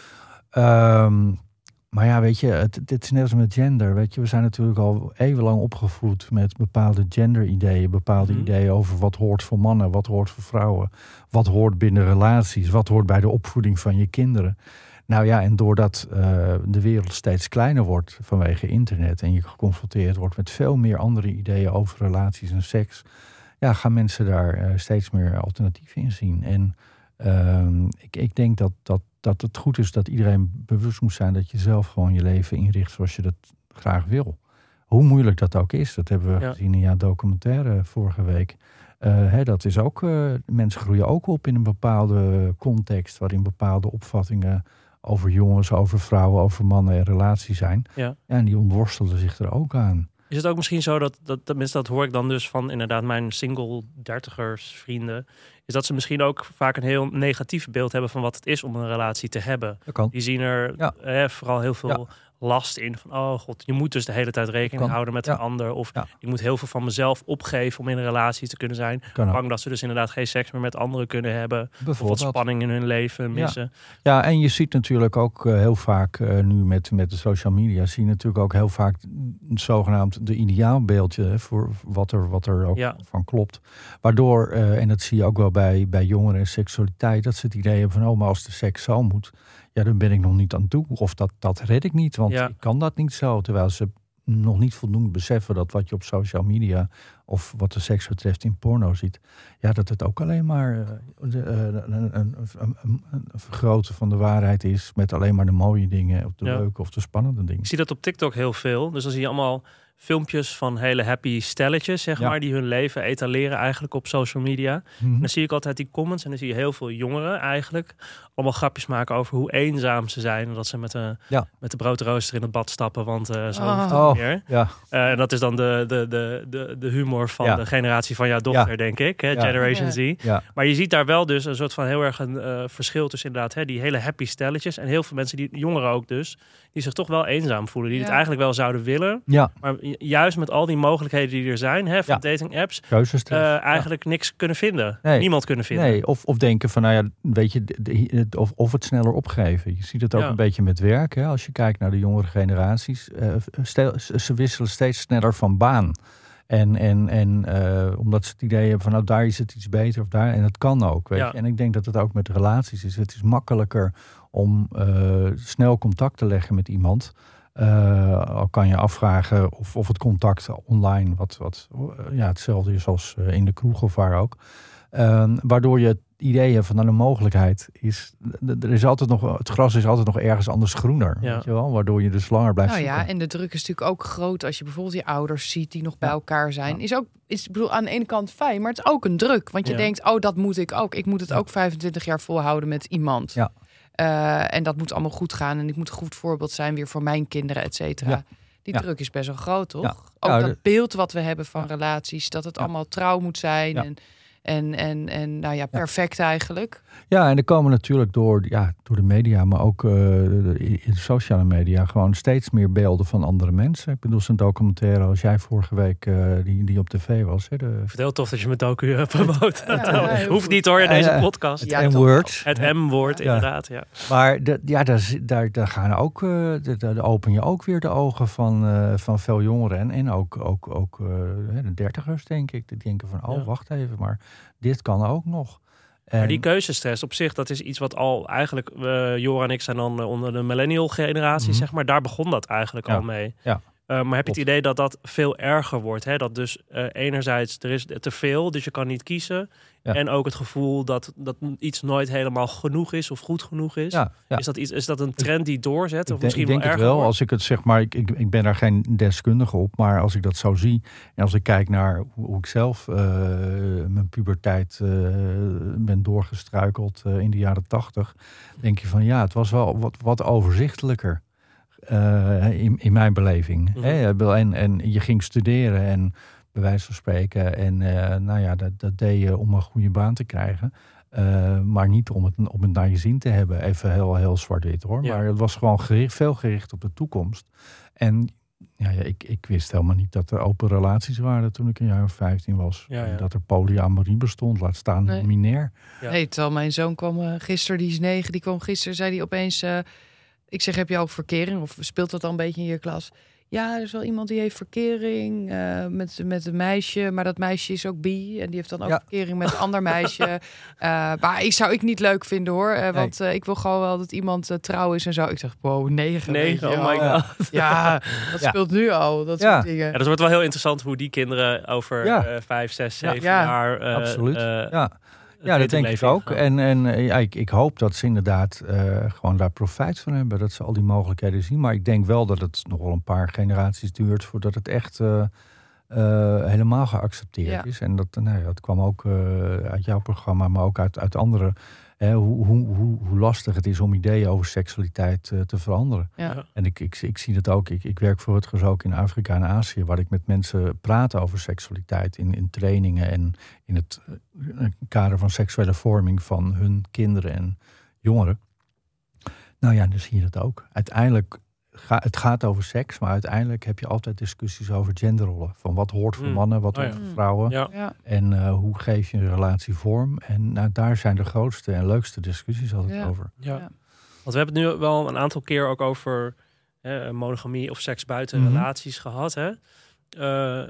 Um, Maar ja, weet je, het, het is net als met gender. Weet je, we zijn natuurlijk al eeuwenlang opgevoed met bepaalde genderideeën. Bepaalde mm-hmm. ideeën over wat hoort voor mannen, wat hoort voor vrouwen. Wat hoort binnen relaties, wat hoort bij de opvoeding van je kinderen. Nou ja, en doordat uh, de wereld steeds kleiner wordt vanwege internet en je geconfronteerd wordt met veel meer andere ideeën over relaties en seks, ja, gaan mensen daar uh, steeds meer alternatieven in zien. En uh, ik, ik denk dat, dat dat het goed is dat iedereen bewust moet zijn dat je zelf gewoon je leven inricht zoals je dat graag wil. Hoe moeilijk dat ook is, dat hebben we ja. gezien in jouw documentaire vorige week. Uh, hè, dat is ook, uh, mensen groeien ook op in een bepaalde context waarin bepaalde opvattingen over jongens, over vrouwen, over mannen en relaties zijn.
Ja.
Ja, en die ontworstelen zich er ook aan.
Is het ook misschien zo dat, dat, tenminste dat hoor ik dan dus van inderdaad mijn single dertigers vrienden, is dat ze misschien ook vaak een heel negatief beeld hebben van wat het is om een relatie te hebben.
Dat kan.
Die zien er ja. eh, vooral heel veel ja. last in van, oh god, je moet dus de hele tijd rekening houden met ja. een ander. Of ja. ik moet heel veel van mezelf opgeven om in een relatie te kunnen zijn. Kan Bang ook. Dat ze dus inderdaad geen seks meer met anderen kunnen hebben. Of wat spanning in hun leven missen.
Ja, ja en je ziet natuurlijk ook uh, heel vaak uh, nu met, met de social media, zie je natuurlijk ook heel vaak zogenaamd de ideaalbeeldje hè, voor wat er, wat er ook ja. van klopt. Waardoor, uh, en dat zie je ook wel bij, bij jongeren en seksualiteit, dat ze het idee hebben van, oh, maar als de seks zo moet, ja, dan ben ik nog niet aan toe. Of dat, dat red ik niet, want ja. ik kan dat niet zo. Terwijl ze nog niet voldoende beseffen dat wat je op social media of wat de seks betreft in porno ziet, ja, dat het ook alleen maar uh, een, een, een, een, een vergroten van de waarheid is met alleen maar de mooie dingen of de ja. leuke of de spannende dingen.
Ik zie dat op TikTok heel veel. Dus dan zie je allemaal filmpjes van hele happy stelletjes, zeg
Ja.
maar, die hun leven etaleren eigenlijk op social media.
Mhm.
En dan zie ik altijd die comments en dan zie je heel veel jongeren eigenlijk allemaal grapjes maken over hoe eenzaam ze zijn. En dat ze met de,
Ja.
met de broodrooster in het bad stappen, want uh, zo
Oh.
hoeft het
Oh.
niet meer.
Ja,
Uh, en dat is dan de, de, de, de, de humor van
Ja.
de generatie van jouw dochter,
Ja.
denk ik. Hè?
Ja.
Generation
Ja.
Z.
ja.
Maar je ziet daar wel dus een soort van heel erg een uh, verschil tussen inderdaad hè, die hele happy stelletjes. En heel veel mensen, die jongeren ook dus, die zich toch wel eenzaam voelen. Die
Ja.
het eigenlijk wel zouden willen.
ja.
Maar juist met al die mogelijkheden die er zijn, hè, van
Ja.
dating apps,
Keuzestress.
uh, eigenlijk niks kunnen vinden.
Nee.
Niemand kunnen vinden.
Nee, of, of denken van, nou ja, weet je, de, de, of, of het sneller opgeven. Je ziet het ook
Ja.
een beetje met werk. Hè? Als je kijkt naar de jongere generaties. Uh, stel, ze wisselen steeds sneller van baan. En, en, en uh, omdat ze het idee hebben van, nou daar is het iets beter of daar. En dat kan ook, weet
Ja.
je. En ik denk dat het ook met relaties is. Het is makkelijker om uh, snel contact te leggen met iemand. Uh, al kan je afvragen of, of het contact online wat, wat uh, ja, hetzelfde is als uh, in de kroeg of waar ook. Uh, waardoor je het idee hebt van nou, de mogelijkheid is, er is altijd nog, het gras is altijd nog ergens anders groener,
Ja.
weet je wel, waardoor je dus langer blijft
Nou
zoeken.
ja, en de druk is natuurlijk ook groot als je bijvoorbeeld je ouders ziet die nog bij
Ja.
elkaar zijn.
Ja.
Is ook, is, ik bedoel, aan de ene kant fijn, maar het is ook een druk. Want je
Ja.
denkt, oh, dat moet ik ook. Ik moet het
Ja.
ook vijfentwintig jaar volhouden met iemand.
Ja.
Uh, en dat moet allemaal goed gaan. En ik moet een goed voorbeeld zijn weer voor mijn kinderen, et cetera.
Ja.
Die
Ja.
druk is best wel groot, toch?
Ja.
Ook
Ja,
dat
de-
beeld wat we hebben van
Ja.
relaties. Dat het
Ja.
allemaal trouw moet zijn.
Ja.
En, en, en, en nou ja, perfect eigenlijk.
Ja, en er komen natuurlijk door, ja, door de media, maar ook uh, de, in de sociale media, gewoon steeds meer beelden van andere mensen. Ik bedoel, zo'n documentaire als jij vorige week uh, die, die op tv was. Hè, de,
Ik vind het heel tof dat je mijn docu uh, promoot.
Ja,
Nou,
heel
hoeft
goed.
niet hoor in deze
Ja, ja.
podcast.
het
Ja, toch
N-word.
Het M-woord,
Ja.
inderdaad. Ja.
Maar de, ja, daar, zi- daar, daar gaan ook, uh, daar open je ook weer de ogen van, uh, van veel jongeren. En, en ook, ook, ook uh, de dertigers, denk ik. Die denken van, oh,
Ja.
wacht even, maar dit kan ook nog. En,
Maar die keuzestress op zich, dat is iets wat al eigenlijk... Uh, Joran en ik zijn dan uh, onder de millennial generatie,
Mhm.
zeg maar. Daar begon dat eigenlijk
Ja.
al mee.
Ja.
Uh, maar heb je het
Klopt.
idee dat dat veel erger wordt? Hè? Dat dus uh, enerzijds, er is te veel, dus je kan niet kiezen.
Ja.
En ook het gevoel dat, dat iets nooit helemaal genoeg is of goed genoeg is.
ja, ja.
Is, dat iets, is dat een trend die doorzet?
Ik
Of
denk,
misschien
ik denk
wel
het
erger
wel,
wordt?
als ik het zeg maar, ik, ik, ik ben daar geen deskundige op, maar als ik dat zo zie en als ik kijk naar hoe, hoe ik zelf uh, mijn puberteit uh, ben doorgestruikeld uh, in de jaren tachtig, denk je van ja, het was wel wat, wat overzichtelijker uh, in, in mijn beleving.
Mhm.
Hè? En, en je ging studeren en bij wijze van spreken en uh, nou ja, dat, dat deed je om een goede baan te krijgen. Uh, maar niet om het, om het naar je zin te hebben. Even heel, heel zwart-wit hoor.
Ja.
Maar het was gewoon gericht, veel gericht op de toekomst. En ja, ja, ik, ik wist helemaal niet dat er open relaties waren toen ik een jaar of vijftien was.
Ja, ja.
En dat er polyamorie bestond, laat staan
Nee.
minair.
Ja.
Nee, terwijl mijn zoon kwam uh, gisteren, die is negen, die kwam gisteren, zei hij opeens... Uh, ik zeg, heb je ook verkering? Of speelt dat dan een beetje in je klas? Ja, er is wel iemand die heeft verkering uh, met, met een meisje, maar dat meisje is ook bi en die heeft dan ook
Ja.
verkering met een ander meisje. Uh, maar ik zou ik niet leuk vinden hoor, uh, want uh, ik wil gewoon wel dat iemand uh, trouw is en zo. Ik zeg, wow, negen.
Negen,
weet je
oh my
wel.
god.
Ja, dat
Ja.
speelt nu al, dat
Ja.
soort dingen.
Ja, dat wordt wel heel interessant hoe die kinderen over
Ja.
uh, vijf, zes,
Ja.
zeven
Ja.
jaar... Uh,
Absoluut.
uh,
Ja.
het
Ja, dat denk ik
datingleven
ook.
ingaan.
En, en ja, ik, ik hoop dat ze inderdaad uh, gewoon daar profijt van hebben. Dat ze al die mogelijkheden zien. Maar ik denk wel dat het nog wel een paar generaties duurt voordat het echt uh, uh, helemaal geaccepteerd
Ja.
is. En dat, nou ja, dat kwam ook uh, uit jouw programma, maar ook uit, uit andere. Hè, hoe, hoe, hoe, hoe lastig het is om ideeën over seksualiteit uh, te veranderen.
Ja.
Ja.
En ik, ik, ik zie dat ook. Ik, ik werk voor het ook in Afrika en Azië, waar ik met mensen praat over seksualiteit in, in trainingen en in het uh, kader van seksuele vorming van hun kinderen en jongeren. Nou ja, dan zie je dat ook. Uiteindelijk, ga, het gaat over seks, maar uiteindelijk heb je altijd discussies over genderrollen. Van wat hoort voor
Mm.
mannen, wat
Oh
hoort
ja.
voor vrouwen.
Ja.
Ja.
En uh, hoe geef je een relatie vorm. En nou, daar zijn de grootste en leukste discussies altijd
Ja.
over.
Ja.
Ja.
Want we hebben het nu wel een aantal keer ook over hè, monogamie of seks buiten
Mhm.
relaties gehad. Hè? Uh,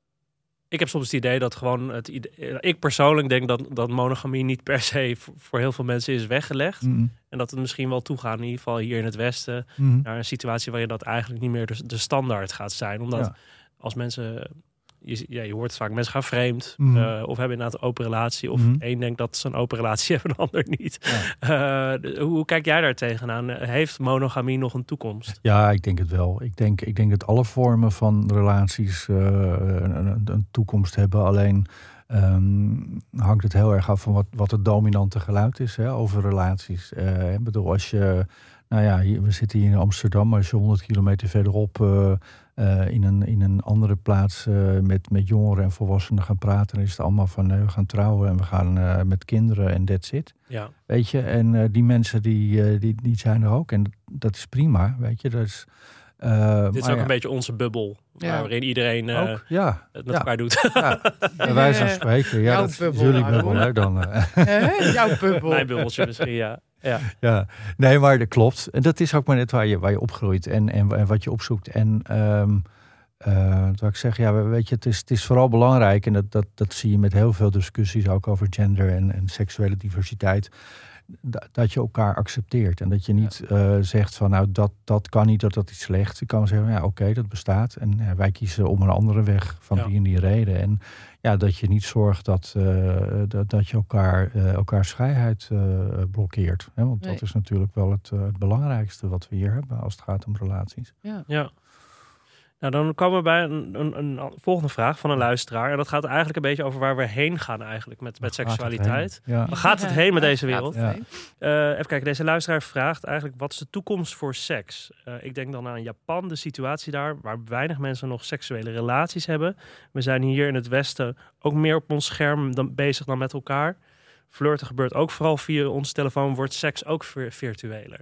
ik heb soms het idee dat gewoon het idee, ik persoonlijk denk dat, dat monogamie niet per se voor, voor heel veel mensen is weggelegd.
Mm-hmm.
En dat het misschien wel toegaat, in ieder geval hier in het Westen,
Mm-hmm.
naar een situatie waarin dat eigenlijk niet meer de, de standaard gaat zijn. Omdat
Ja.
als mensen je, ja, je hoort vaak, mensen gaan vreemd.
Mm.
Uh, of hebben inderdaad een open relatie. Of
Mm.
één denkt dat ze een open relatie hebben, een ander niet.
Ja.
Uh, hoe, hoe kijk jij daar tegenaan? Heeft monogamie nog een toekomst?
Ja, ik denk het wel. Ik denk, ik denk dat alle vormen van relaties uh, een, een toekomst hebben. Alleen um, hangt het heel erg af van wat, wat het dominante geluid is, hè, over relaties. Uh, ik bedoel, als je... Nou ja, hier, we zitten hier in Amsterdam, maar als je honderd kilometer verderop uh, uh, in, een, in een andere plaats uh, met, met jongeren en volwassenen gaan praten, dan is het allemaal van uh, we gaan trouwen en we gaan uh, met kinderen en that's it.
Ja.
Weet je, en uh, die mensen die, uh, die, die zijn er ook en dat is prima, weet je. Dat is, uh,
Dit is ook ja. een beetje onze bubbel, ja. waarin iedereen uh,
ook, ja.
het met
ja.
elkaar doet.
Ja, bij wijze van spreken. Ja, dat is jullie bubbel, hè, dan. Uh.
Jouw bubbel.
Mijn bubbeltje misschien, ja. Ja.
ja, nee, maar dat klopt. En dat is ook maar net waar je, waar je opgroeit en, en, en wat je opzoekt. En um, uh, wat ik zeg, ja, weet je, het is, het is vooral belangrijk, en dat, dat, dat zie je met heel veel discussies ook over gender en, en seksuele diversiteit, dat, dat je elkaar accepteert. En dat je niet ja. uh, zegt van, nou, dat, dat kan niet, dat dat is slecht. Je kan zeggen, ja, oké, okay, dat bestaat. En ja, wij kiezen om een andere weg van ja. die en die reden. En ja, dat je niet zorgt dat, uh, dat, dat je elkaar, uh, elkaars vrijheid uh, blokkeert. Hè? Want nee. dat is natuurlijk wel het, uh, het belangrijkste wat we hier hebben als het gaat om relaties.
Ja. ja. Nou, dan komen we bij een, een, een volgende vraag van een luisteraar. En dat gaat eigenlijk een beetje over waar we heen gaan eigenlijk met, met seksualiteit.
Ja.
Waar gaat het heen met deze wereld?
Ja.
Uh, even kijken, deze luisteraar vraagt eigenlijk, wat is de toekomst voor seks? Uh, ik denk dan aan Japan, de situatie daar, waar weinig mensen nog seksuele relaties hebben. We zijn hier in het Westen ook meer op ons scherm dan, bezig dan met elkaar. Flirten gebeurt ook vooral via onze telefoon, wordt seks ook virtueler.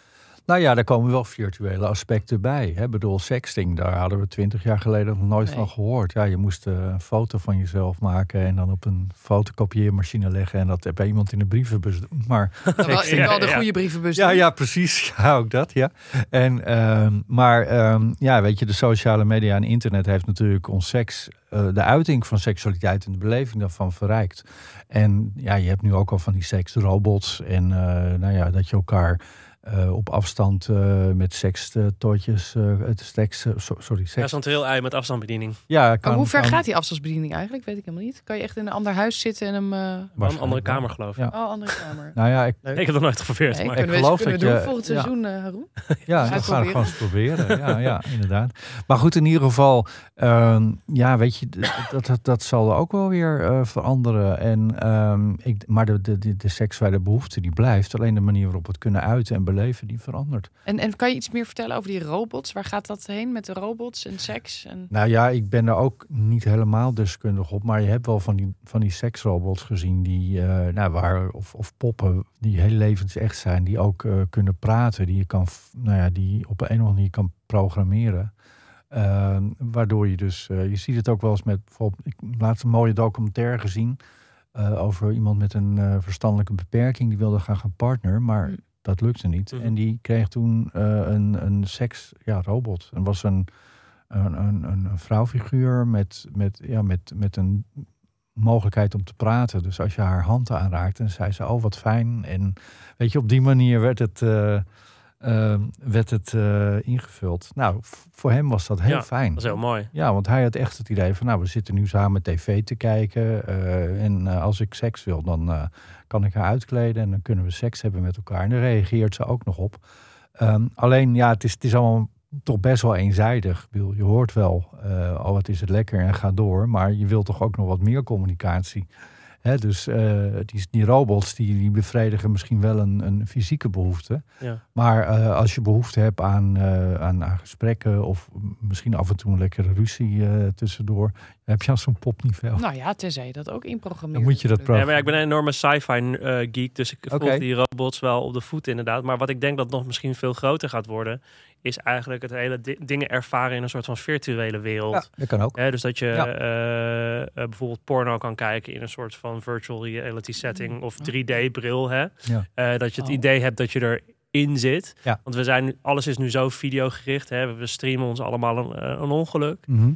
Nou ja, daar komen wel virtuele aspecten bij. Ik bedoel, sexting, daar hadden we twintig jaar geleden nog nooit nee. van gehoord. Ja, je moest uh, een foto van jezelf maken en dan op een fotocopieermachine leggen en dat bij iemand in de brievenbus doen. Maar
sexting, wel, wel de goede brievenbus.
Ja, ja, precies. Ja, ook dat, ja. En, um, maar um, ja, weet je, de sociale media en internet heeft natuurlijk ons seks, uh, de uiting van seksualiteit en de beleving daarvan verrijkt. En ja, je hebt nu ook al van die seksrobots en uh, nou ja, dat je elkaar Uh, op afstand uh, met sekstootjes, uh, seks, uh, sorry, seks.
Ja, zo'n heel-ei met afstandsbediening.
Ja, kan,
maar hoe ver
kan...
gaat die afstandsbediening eigenlijk? Weet ik helemaal niet. Kan je echt in een ander huis zitten en hem... Uh...
Een andere kamer, geloof ik.
Ja. Oh, andere kamer.
Nou ja, ik,
ik heb dat nooit geprobeerd.
Nee,
maar
kunnen
ik
we,
geloof
kunnen
dat
we
je...
doen volgend
ja.
seizoen, uh, Haroon?
Ja, dan gaan we gewoon eens proberen. Ja, ja, inderdaad. Maar goed, in ieder geval, um, ja, weet je, dat, dat, dat zal ook wel weer uh, veranderen. En, um, ik, maar de, de, de, de seksuele behoefte die blijft. Alleen de manier waarop we het kunnen uiten en beleven, die verandert.
En, en kan je iets meer vertellen over die robots? Waar gaat dat heen met de robots en seks? En...
Nou ja, ik ben er ook niet helemaal deskundig op. Maar je hebt wel van die, van die seksrobots gezien die, uh, nou, waar, of, of poppen die heel levensecht zijn. Die ook uh, kunnen praten. Die je kan, nou ja, die op een of andere manier kan programmeren. Uh, waardoor je dus, uh, je ziet het ook wel eens met bijvoorbeeld, ik heb laatst een mooie documentaire gezien uh, over iemand met een uh, verstandelijke beperking. Die wilde gaan gaan partner, maar mm. dat lukte niet. Mm-hmm. En die kreeg toen uh, een, een seks, ja, robot. En was een, een, een, een vrouwfiguur met, met, ja, met, met een mogelijkheid om te praten. Dus als je haar hand aanraakte, dan zei ze, oh wat fijn. En weet je, op die manier werd het... Uh, Uh, werd het uh, ingevuld. Nou, f- voor hem was dat heel
ja,
fijn.
Dat is heel mooi.
Ja, want hij had echt het idee van, nou, we zitten nu samen tv te kijken. Uh, en uh, als ik seks wil, dan uh, kan ik haar uitkleden en dan kunnen we seks hebben met elkaar. En daar reageert ze ook nog op. Um, alleen, ja, het is, het is allemaal toch best wel eenzijdig. Je hoort wel, uh, oh, wat is het lekker en ga door. Maar je wilt toch ook nog wat meer communicatie. He, dus uh, die, die robots die, die bevredigen misschien wel een, een fysieke behoefte.
Ja.
Maar uh, als je behoefte hebt aan, uh, aan, aan gesprekken of misschien af en toe een lekkere ruzie uh, tussendoor, heb je aan zo'n popniveau.
Nou ja, tenzij je dat ook inprogrammeert.
Dan moet je dat programmeren.
Ja, maar ja, ik ben een enorme sci-fi uh, geek, dus ik volg
okay.
die robots wel op de voet inderdaad. Maar wat ik denk dat nog misschien veel groter gaat worden, is eigenlijk het hele di- dingen ervaren in een soort van virtuele wereld.
Ja, dat kan ook.
He, dus dat je
ja.
uh, uh, bijvoorbeeld porno kan kijken in een soort van virtual reality setting of drie D-bril. Hè? Ja. Uh, dat je het oh. idee hebt dat je erin zit.
Ja.
Want we zijn, alles is nu zo videogericht. Hè? We streamen ons allemaal een, uh, een ongeluk.
Mm-hmm.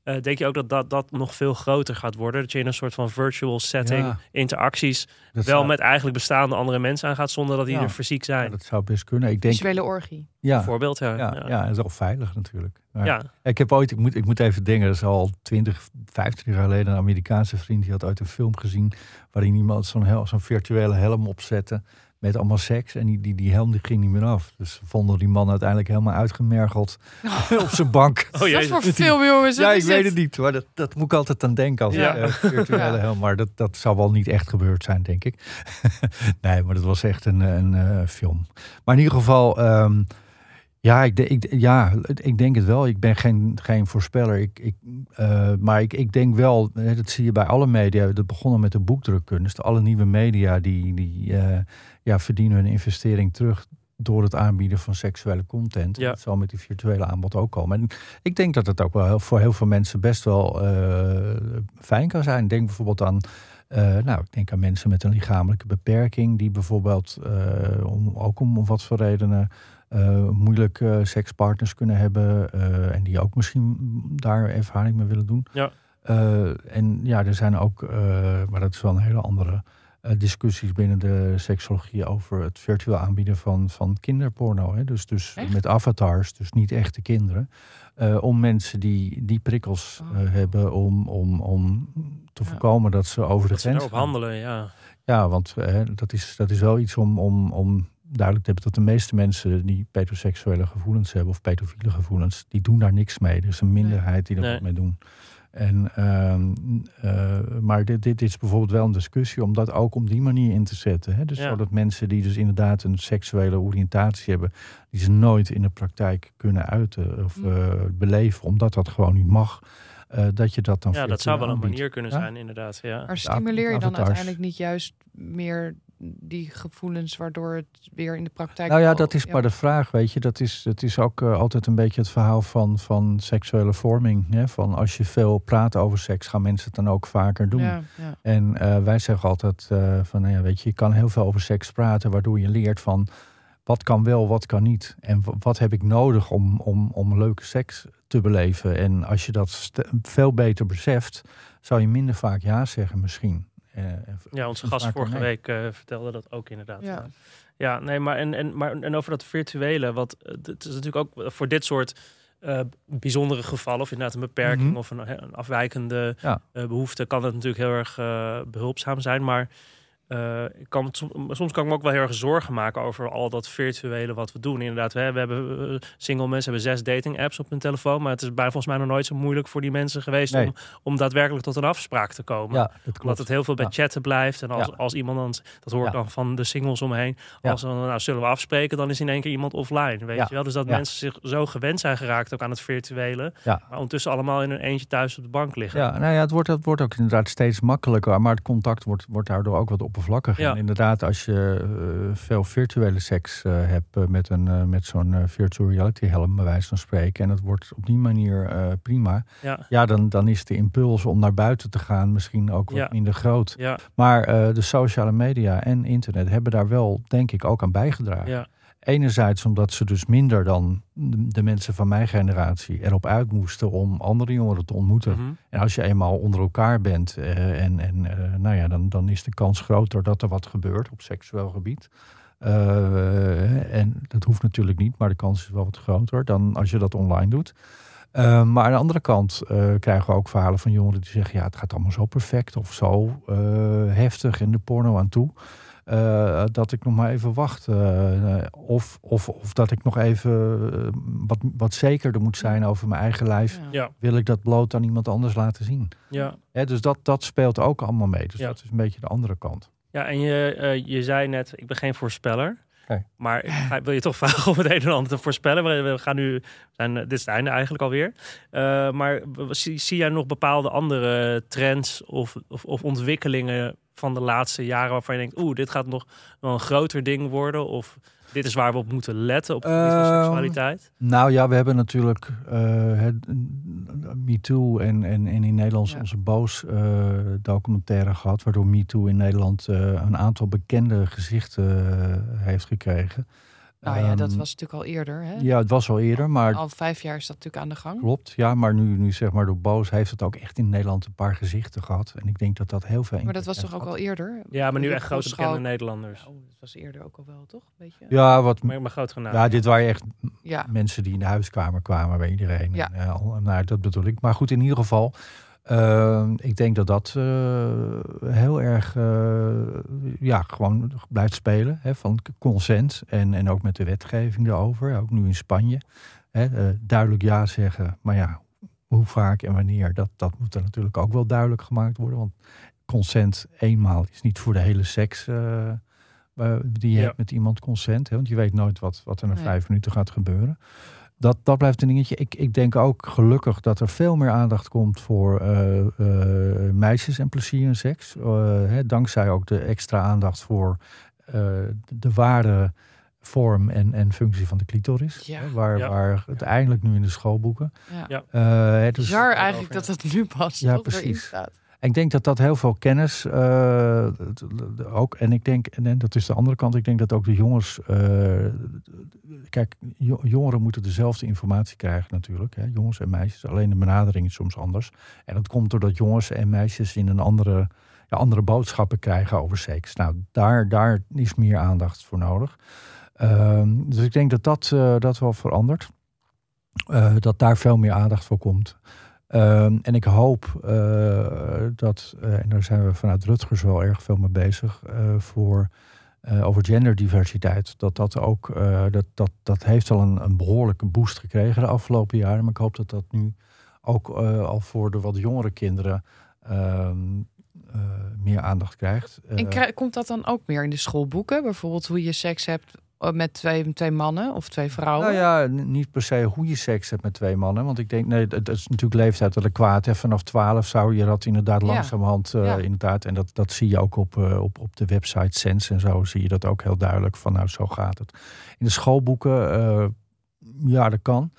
Uh, denk je ook dat, dat dat nog veel groter gaat worden? Dat je in een soort van virtual setting
Ja.
interacties
Dat
wel
zou-
met eigenlijk bestaande andere mensen aangaat zonder dat die
Ja.
er fysiek zijn?
Ja, dat zou best kunnen. Ik denk,
Visuele orgie.
ja,
Bijvoorbeeld, ja.
ja,
ja.
ja, en zo veilig natuurlijk. Maar
Ja.
Ik heb ooit, ik moet, ik moet even denken, dat is al twintig, vijftien jaar geleden, een Amerikaanse vriend, die had uit een film gezien waarin iemand zo'n, hel, zo'n virtuele helm opzette met allemaal seks. En die, die, die helm die ging niet meer af. Dus ze vonden die man uiteindelijk helemaal uitgemergeld op zijn bank.
Oh,
Wat
jezus.
voor film, jongens?
Ja,
Wat
ik
is
weet
dit?
het niet, maar dat, dat moet ik altijd aan denken als
Ja.
ja. uh, virtuele
Ja.
helm. Maar dat, dat zou wel niet echt gebeurd zijn, denk ik. Nee, maar dat was echt een, een uh, film. Maar in ieder geval, um, ja, ik, de, ik, ja, ik denk het wel. Ik ben geen, geen voorspeller. Ik, ik, uh, maar ik, ik denk wel, dat zie je bij alle media. Dat begonnen met de boekdrukkunst. Alle nieuwe media die, die uh, ja, verdienen hun investering terug door het aanbieden van seksuele content.
Ja.
Dat zal met die virtuele aanbod ook komen. En ik denk dat het ook wel heel, voor heel veel mensen best wel uh, fijn kan zijn. Denk bijvoorbeeld aan, uh, nou, ik denk aan mensen met een lichamelijke beperking, die bijvoorbeeld, uh, om, ook om, om wat voor redenen, uh, moeilijk uh, sekspartners kunnen hebben. Uh, en die ook misschien daar ervaring mee willen doen.
Ja.
Uh, en ja, er zijn ook, uh, maar dat is wel een hele andere Uh, discussies binnen de seksologie over het virtueel aanbieden van, van kinderporno. Hè? Dus, dus met avatars, dus niet echte kinderen. Uh, om mensen die die prikkels uh, oh. hebben om, om, om te ja. voorkomen dat ze over
dat
de grens
gaan. Dat ze handelen, ja.
Ja, want uh, dat, is, dat is wel iets om, om, om duidelijk te hebben dat de meeste mensen die pedoseksuele gevoelens hebben of pedofiele gevoelens, die doen daar niks mee. Er is een minderheid die er
nee.
wat mee doen. En, uh, uh, maar dit, dit is bijvoorbeeld wel een discussie om dat ook op die manier in te zetten. Hè? Dus
ja.
zodat mensen die dus inderdaad een seksuele oriëntatie hebben, die ze nooit in de praktijk kunnen uiten of uh, beleven, omdat dat gewoon niet mag, uh, dat je dat dan
ja, dat zou wel
aanbiedt.
een manier kunnen
ja?
zijn, inderdaad. Ja.
Maar stimuleer je dan
avatars.
uiteindelijk niet juist meer die gevoelens waardoor het weer in de praktijk...
Nou ja, dat is
ja.
maar de vraag, weet je. Dat is, dat is ook uh, altijd een beetje het verhaal van, van seksuele vorming. Hè? Van als je veel praat over seks, gaan mensen het dan ook vaker doen.
Ja, ja.
En uh, wij zeggen altijd uh, van, nou ja, weet je, je kan heel veel over seks praten, waardoor je leert van wat kan wel, wat kan niet. En w- wat heb ik nodig om, om, om leuke seks te beleven. En als je dat st- veel beter beseft, zou je minder vaak ja zeggen misschien. Uh,
ja, onze gast vorige nee. week uh, vertelde dat ook inderdaad.
Ja,
ja nee, maar en, en, maar en over dat virtuele, wat het is natuurlijk ook voor dit soort uh, bijzondere gevallen, of inderdaad een beperking mm-hmm. of een, een afwijkende ja. uh, behoefte, kan het natuurlijk heel erg uh, behulpzaam zijn. Maar uh, ik kan, soms kan ik me ook wel heel erg zorgen maken over al dat virtuele wat we doen. Inderdaad, we, we hebben uh, single mensen hebben zes dating apps op hun telefoon, maar het is bij volgens mij nog nooit zo moeilijk voor die mensen geweest nee. om, om daadwerkelijk tot een afspraak te komen.
Ja, dat
Omdat het heel veel bij
ja.
chatten blijft. En als,
ja.
als iemand dan, dat hoor ik ja. dan van de singles omheen,
ja.
als dan, nou zullen we afspreken, dan is in één keer iemand offline, weet
ja.
je wel. Dus dat
ja.
mensen zich zo gewend zijn geraakt ook aan het virtuele,
ja.
maar ondertussen allemaal in hun eentje thuis op de bank liggen.
Ja, nou ja, het wordt, het wordt ook inderdaad steeds makkelijker, maar het contact wordt, wordt daardoor ook wat oppervlakkiger.
Ja.
En inderdaad, als je uh, veel virtuele seks uh, hebt uh, met, een, uh, met zo'n uh, virtual reality helm, bij wijze van spreken, en het wordt op die manier uh, prima,
ja,
ja dan, dan is de impuls om naar buiten te gaan misschien ook wat
ja.
minder groot.
Ja.
Maar uh, de sociale media en internet hebben daar wel, denk ik, ook aan bijgedragen.
Ja.
Enerzijds omdat ze dus minder dan de mensen van mijn generatie erop uit moesten om andere jongeren te ontmoeten.
Mm-hmm.
En als je eenmaal onder elkaar bent, uh, en, en uh, nou ja, dan, dan is de kans groter dat er wat gebeurt op seksueel gebied. Uh, en dat hoeft natuurlijk niet, maar de kans is wel wat groter dan als je dat online doet. Uh, maar aan de andere kant uh, krijgen we ook verhalen van jongeren die zeggen, ja, het gaat allemaal zo perfect of zo uh, heftig in de porno aan toe. Uh, dat ik nog maar even wacht. Uh, of, of, of dat ik nog even uh, wat, wat zekerder moet zijn over mijn eigen lijf.
Ja.
Wil ik dat bloot aan iemand anders laten zien?
Ja.
Ja, dus dat, dat speelt ook allemaal mee. Dus
ja.
dat is een beetje de andere kant.
Ja, en je, uh, je zei net, ik ben geen voorspeller.
Okay.
Maar ik wil je toch vragen om het een en ander te voorspellen. We gaan nu, zijn, dit is het einde eigenlijk alweer. Uh, maar zie, zie jij nog bepaalde andere trends of, of, of ontwikkelingen van de laatste jaren waarvan je denkt, oeh, dit gaat nog wel een groter ding worden? Of dit is waar we op moeten letten op het gebied van seksualiteit?
Uh, nou ja, we hebben natuurlijk uh, het, MeToo en, en, en in Nederland ja. onze Boos uh, documentaire gehad, waardoor MeToo in Nederland uh, een aantal bekende gezichten uh, heeft gekregen.
Nou ja, dat
Um,
was natuurlijk al eerder. Hè?
Ja, het was al eerder, maar
Al vijf jaar is dat natuurlijk aan de gang.
klopt. Ja, maar nu, nu zeg maar door Boos heeft het ook echt in Nederland een paar gezichten gehad. En ik denk dat dat heel veel
Maar dat
impact
was
heeft
toch ook al
gehad.
eerder?
Ja, maar nu
Job
echt grote
Goschalk.
bekende Nederlanders.
Oh, dat was eerder ook al wel, toch? Weet je?
Ja, wat,
Maar, maar grotere namen.
ja, dit waren echt
Ja.
mensen die in de huiskamer kwamen bij iedereen.
Ja.
En, uh, al- nou, dat bedoel ik. Maar goed, in ieder geval, uh, ik denk dat dat uh, heel erg uh, ja, gewoon blijft spelen. Hè, van consent en, en ook met de wetgeving daarover. Ook nu in Spanje. Hè, uh, duidelijk ja zeggen, maar ja, hoe vaak en wanneer, dat, dat moet er natuurlijk ook wel duidelijk gemaakt worden. Want consent eenmaal is niet voor de hele seks uh, uh, die je
Ja.
hebt met iemand consent. Hè, want je weet nooit wat, wat er na
Nee.
vijf minuten gaat gebeuren. Dat, dat blijft een dingetje. Ik, ik denk ook gelukkig dat er veel meer aandacht komt voor uh, uh, meisjes en plezier en seks. Uh, hè, dankzij ook de extra aandacht voor uh, de ware vorm en, en functie van de clitoris.
Ja.
Hè, waar,
Ja.
waar het eindelijk nu in de schoolboeken.
Ja.
Ja.
Uh, hè, dus,
Bizar eigenlijk dat dat nu pas
Ja,
toch erin
precies.
staat.
ik denk dat dat heel veel kennis uh, ook. En ik denk, en dat is de andere kant, ik denk dat ook de jongens. Uh, kijk, jongeren moeten dezelfde informatie krijgen natuurlijk. Hè, jongens en meisjes. Alleen de benadering is soms anders. En dat komt doordat jongens en meisjes in een andere, ja, andere boodschappen krijgen over seks. Nou, daar, daar is meer aandacht voor nodig. Uh, dus ik denk dat dat, uh, dat wel verandert. Uh, dat daar veel meer aandacht voor komt. Uh, en ik hoop uh, dat, uh, en daar zijn we vanuit Rutgers wel erg veel mee bezig, uh, voor uh, over genderdiversiteit. Dat dat ook, uh, dat, dat, dat heeft al een, een behoorlijke boost gekregen de afgelopen jaren. Maar ik hoop dat dat nu ook uh, al voor de wat jongere kinderen uh, uh, meer aandacht krijgt. Uh,
En krijg, komt dat dan ook meer in de schoolboeken? Bijvoorbeeld hoe je seks hebt met twee, twee mannen of twee vrouwen?
Nou ja, n- niet per se hoe je seks hebt met twee mannen. Want ik denk, nee, dat is natuurlijk leeftijd adequaat. Hè. Vanaf twaalf zou je dat inderdaad
Ja.
langzamerhand, uh,
Ja.
inderdaad. En dat, dat zie je ook op, uh, op, op de website Sense en zo. Zie je dat ook heel duidelijk van, nou, zo gaat het. In de schoolboeken, uh, ja, dat kan.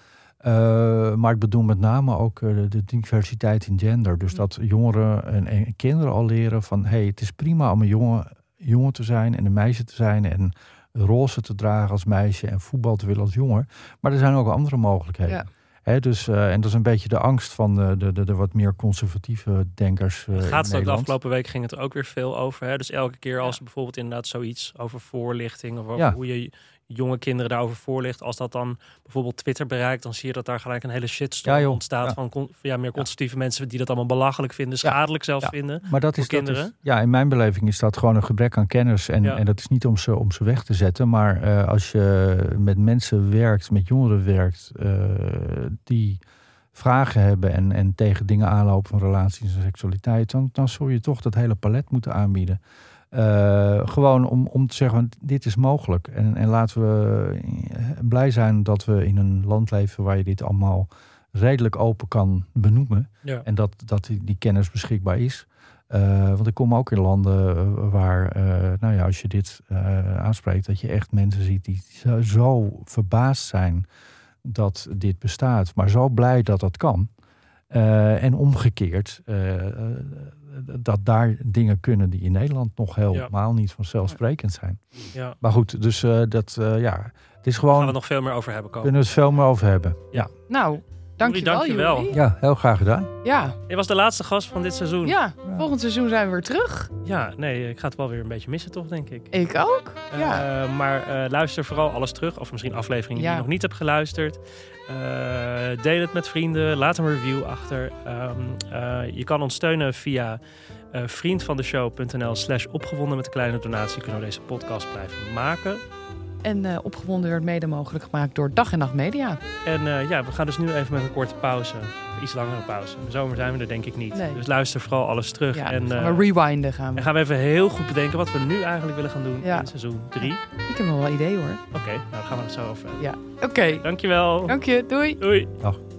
Uh, maar ik bedoel met name ook uh, de diversiteit in gender. Dus
Mm.
dat jongeren en, en kinderen al leren van, hey, het is prima om een jongen, jongen te zijn en een meisje te zijn en roze te dragen als meisje en voetbal te willen als jongen. Maar er zijn ook andere mogelijkheden.
Ja.
Hè, dus, uh, en dat is een beetje de angst van de, de, de, de wat meer conservatieve denkers uh, in
Gaat het ook de
Nederland.
afgelopen week ging het er ook weer veel over. Hè? Dus elke keer als bijvoorbeeld inderdaad zoiets over voorlichting of over
Ja.
hoe je jonge kinderen daarover voorlicht, als dat dan bijvoorbeeld Twitter bereikt, dan zie je dat daar gelijk een hele shitstorm
Ja, joh.
ontstaat
Ja.
van con- ja, meer conservatieve mensen die dat allemaal belachelijk vinden, schadelijk zelfs
Ja.
vinden.
Maar dat
voor
is, dat
kinderen?
is, ja, in mijn beleving is dat gewoon een gebrek aan kennis. En,
Ja.
en dat is niet om ze, om ze weg te zetten. Maar uh, als je met mensen werkt, met jongeren werkt, uh, die vragen hebben en, en tegen dingen aanlopen van relaties en seksualiteit, dan, dan zul je toch dat hele palet moeten aanbieden. Uh, gewoon om, om te zeggen, dit is mogelijk. En, en laten we blij zijn dat we in een land leven waar je dit allemaal redelijk open kan benoemen.
Ja.
En dat, dat die, die kennis beschikbaar is. Uh, want ik kom ook in landen waar, uh, nou ja, als je dit uh, aanspreekt, dat je echt mensen ziet die zo, zo verbaasd zijn dat dit bestaat. Maar zo blij dat dat kan. Uh, en omgekeerd, uh, uh, dat daar dingen kunnen die in Nederland nog helemaal ja. niet vanzelfsprekend zijn.
Ja.
Maar goed, dus uh, dat, uh, ja, het is gewoon.
Daar gaan we nog veel meer over hebben. Komen.
Kunnen we het veel meer over hebben. Ja.
Nou, dankjewel,
dankjewel.
Joeri.
Ja, heel graag gedaan.
Ja.
Je was de laatste gast van dit seizoen.
Ja, volgend seizoen zijn we weer terug.
Ja, nee, ik ga het wel weer een beetje missen toch, denk ik.
Ik ook, ja.
Uh, maar uh, luister vooral alles terug. Of misschien afleveringen
ja.
die je nog niet hebt geluisterd. Uh, deel het met vrienden. Laat een review achter. Um, uh, je kan ons steunen via uh, vriendvandeshow.nl slash opgewonden. Met een kleine donatie kunnen we deze podcast blijven maken.
En uh, opgewonden werd mede mogelijk gemaakt door Dag en Nacht Media.
En uh, ja, we gaan dus nu even met een korte pauze. Iets langere pauze. In de zomer zijn we er denk ik niet.
Nee.
Dus luister vooral alles terug.
Ja,
en,
gaan we
uh,
rewinden gaan we.
En gaan we even heel goed bedenken wat we nu eigenlijk willen gaan doen ja. in seizoen drie.
Ik heb nog wel ideeën hoor.
Oké, okay, nou dan gaan we het zo over hebben.
Ja, oké. Okay.
Dankjewel.
Dank je, doei.
Doei.
Dag.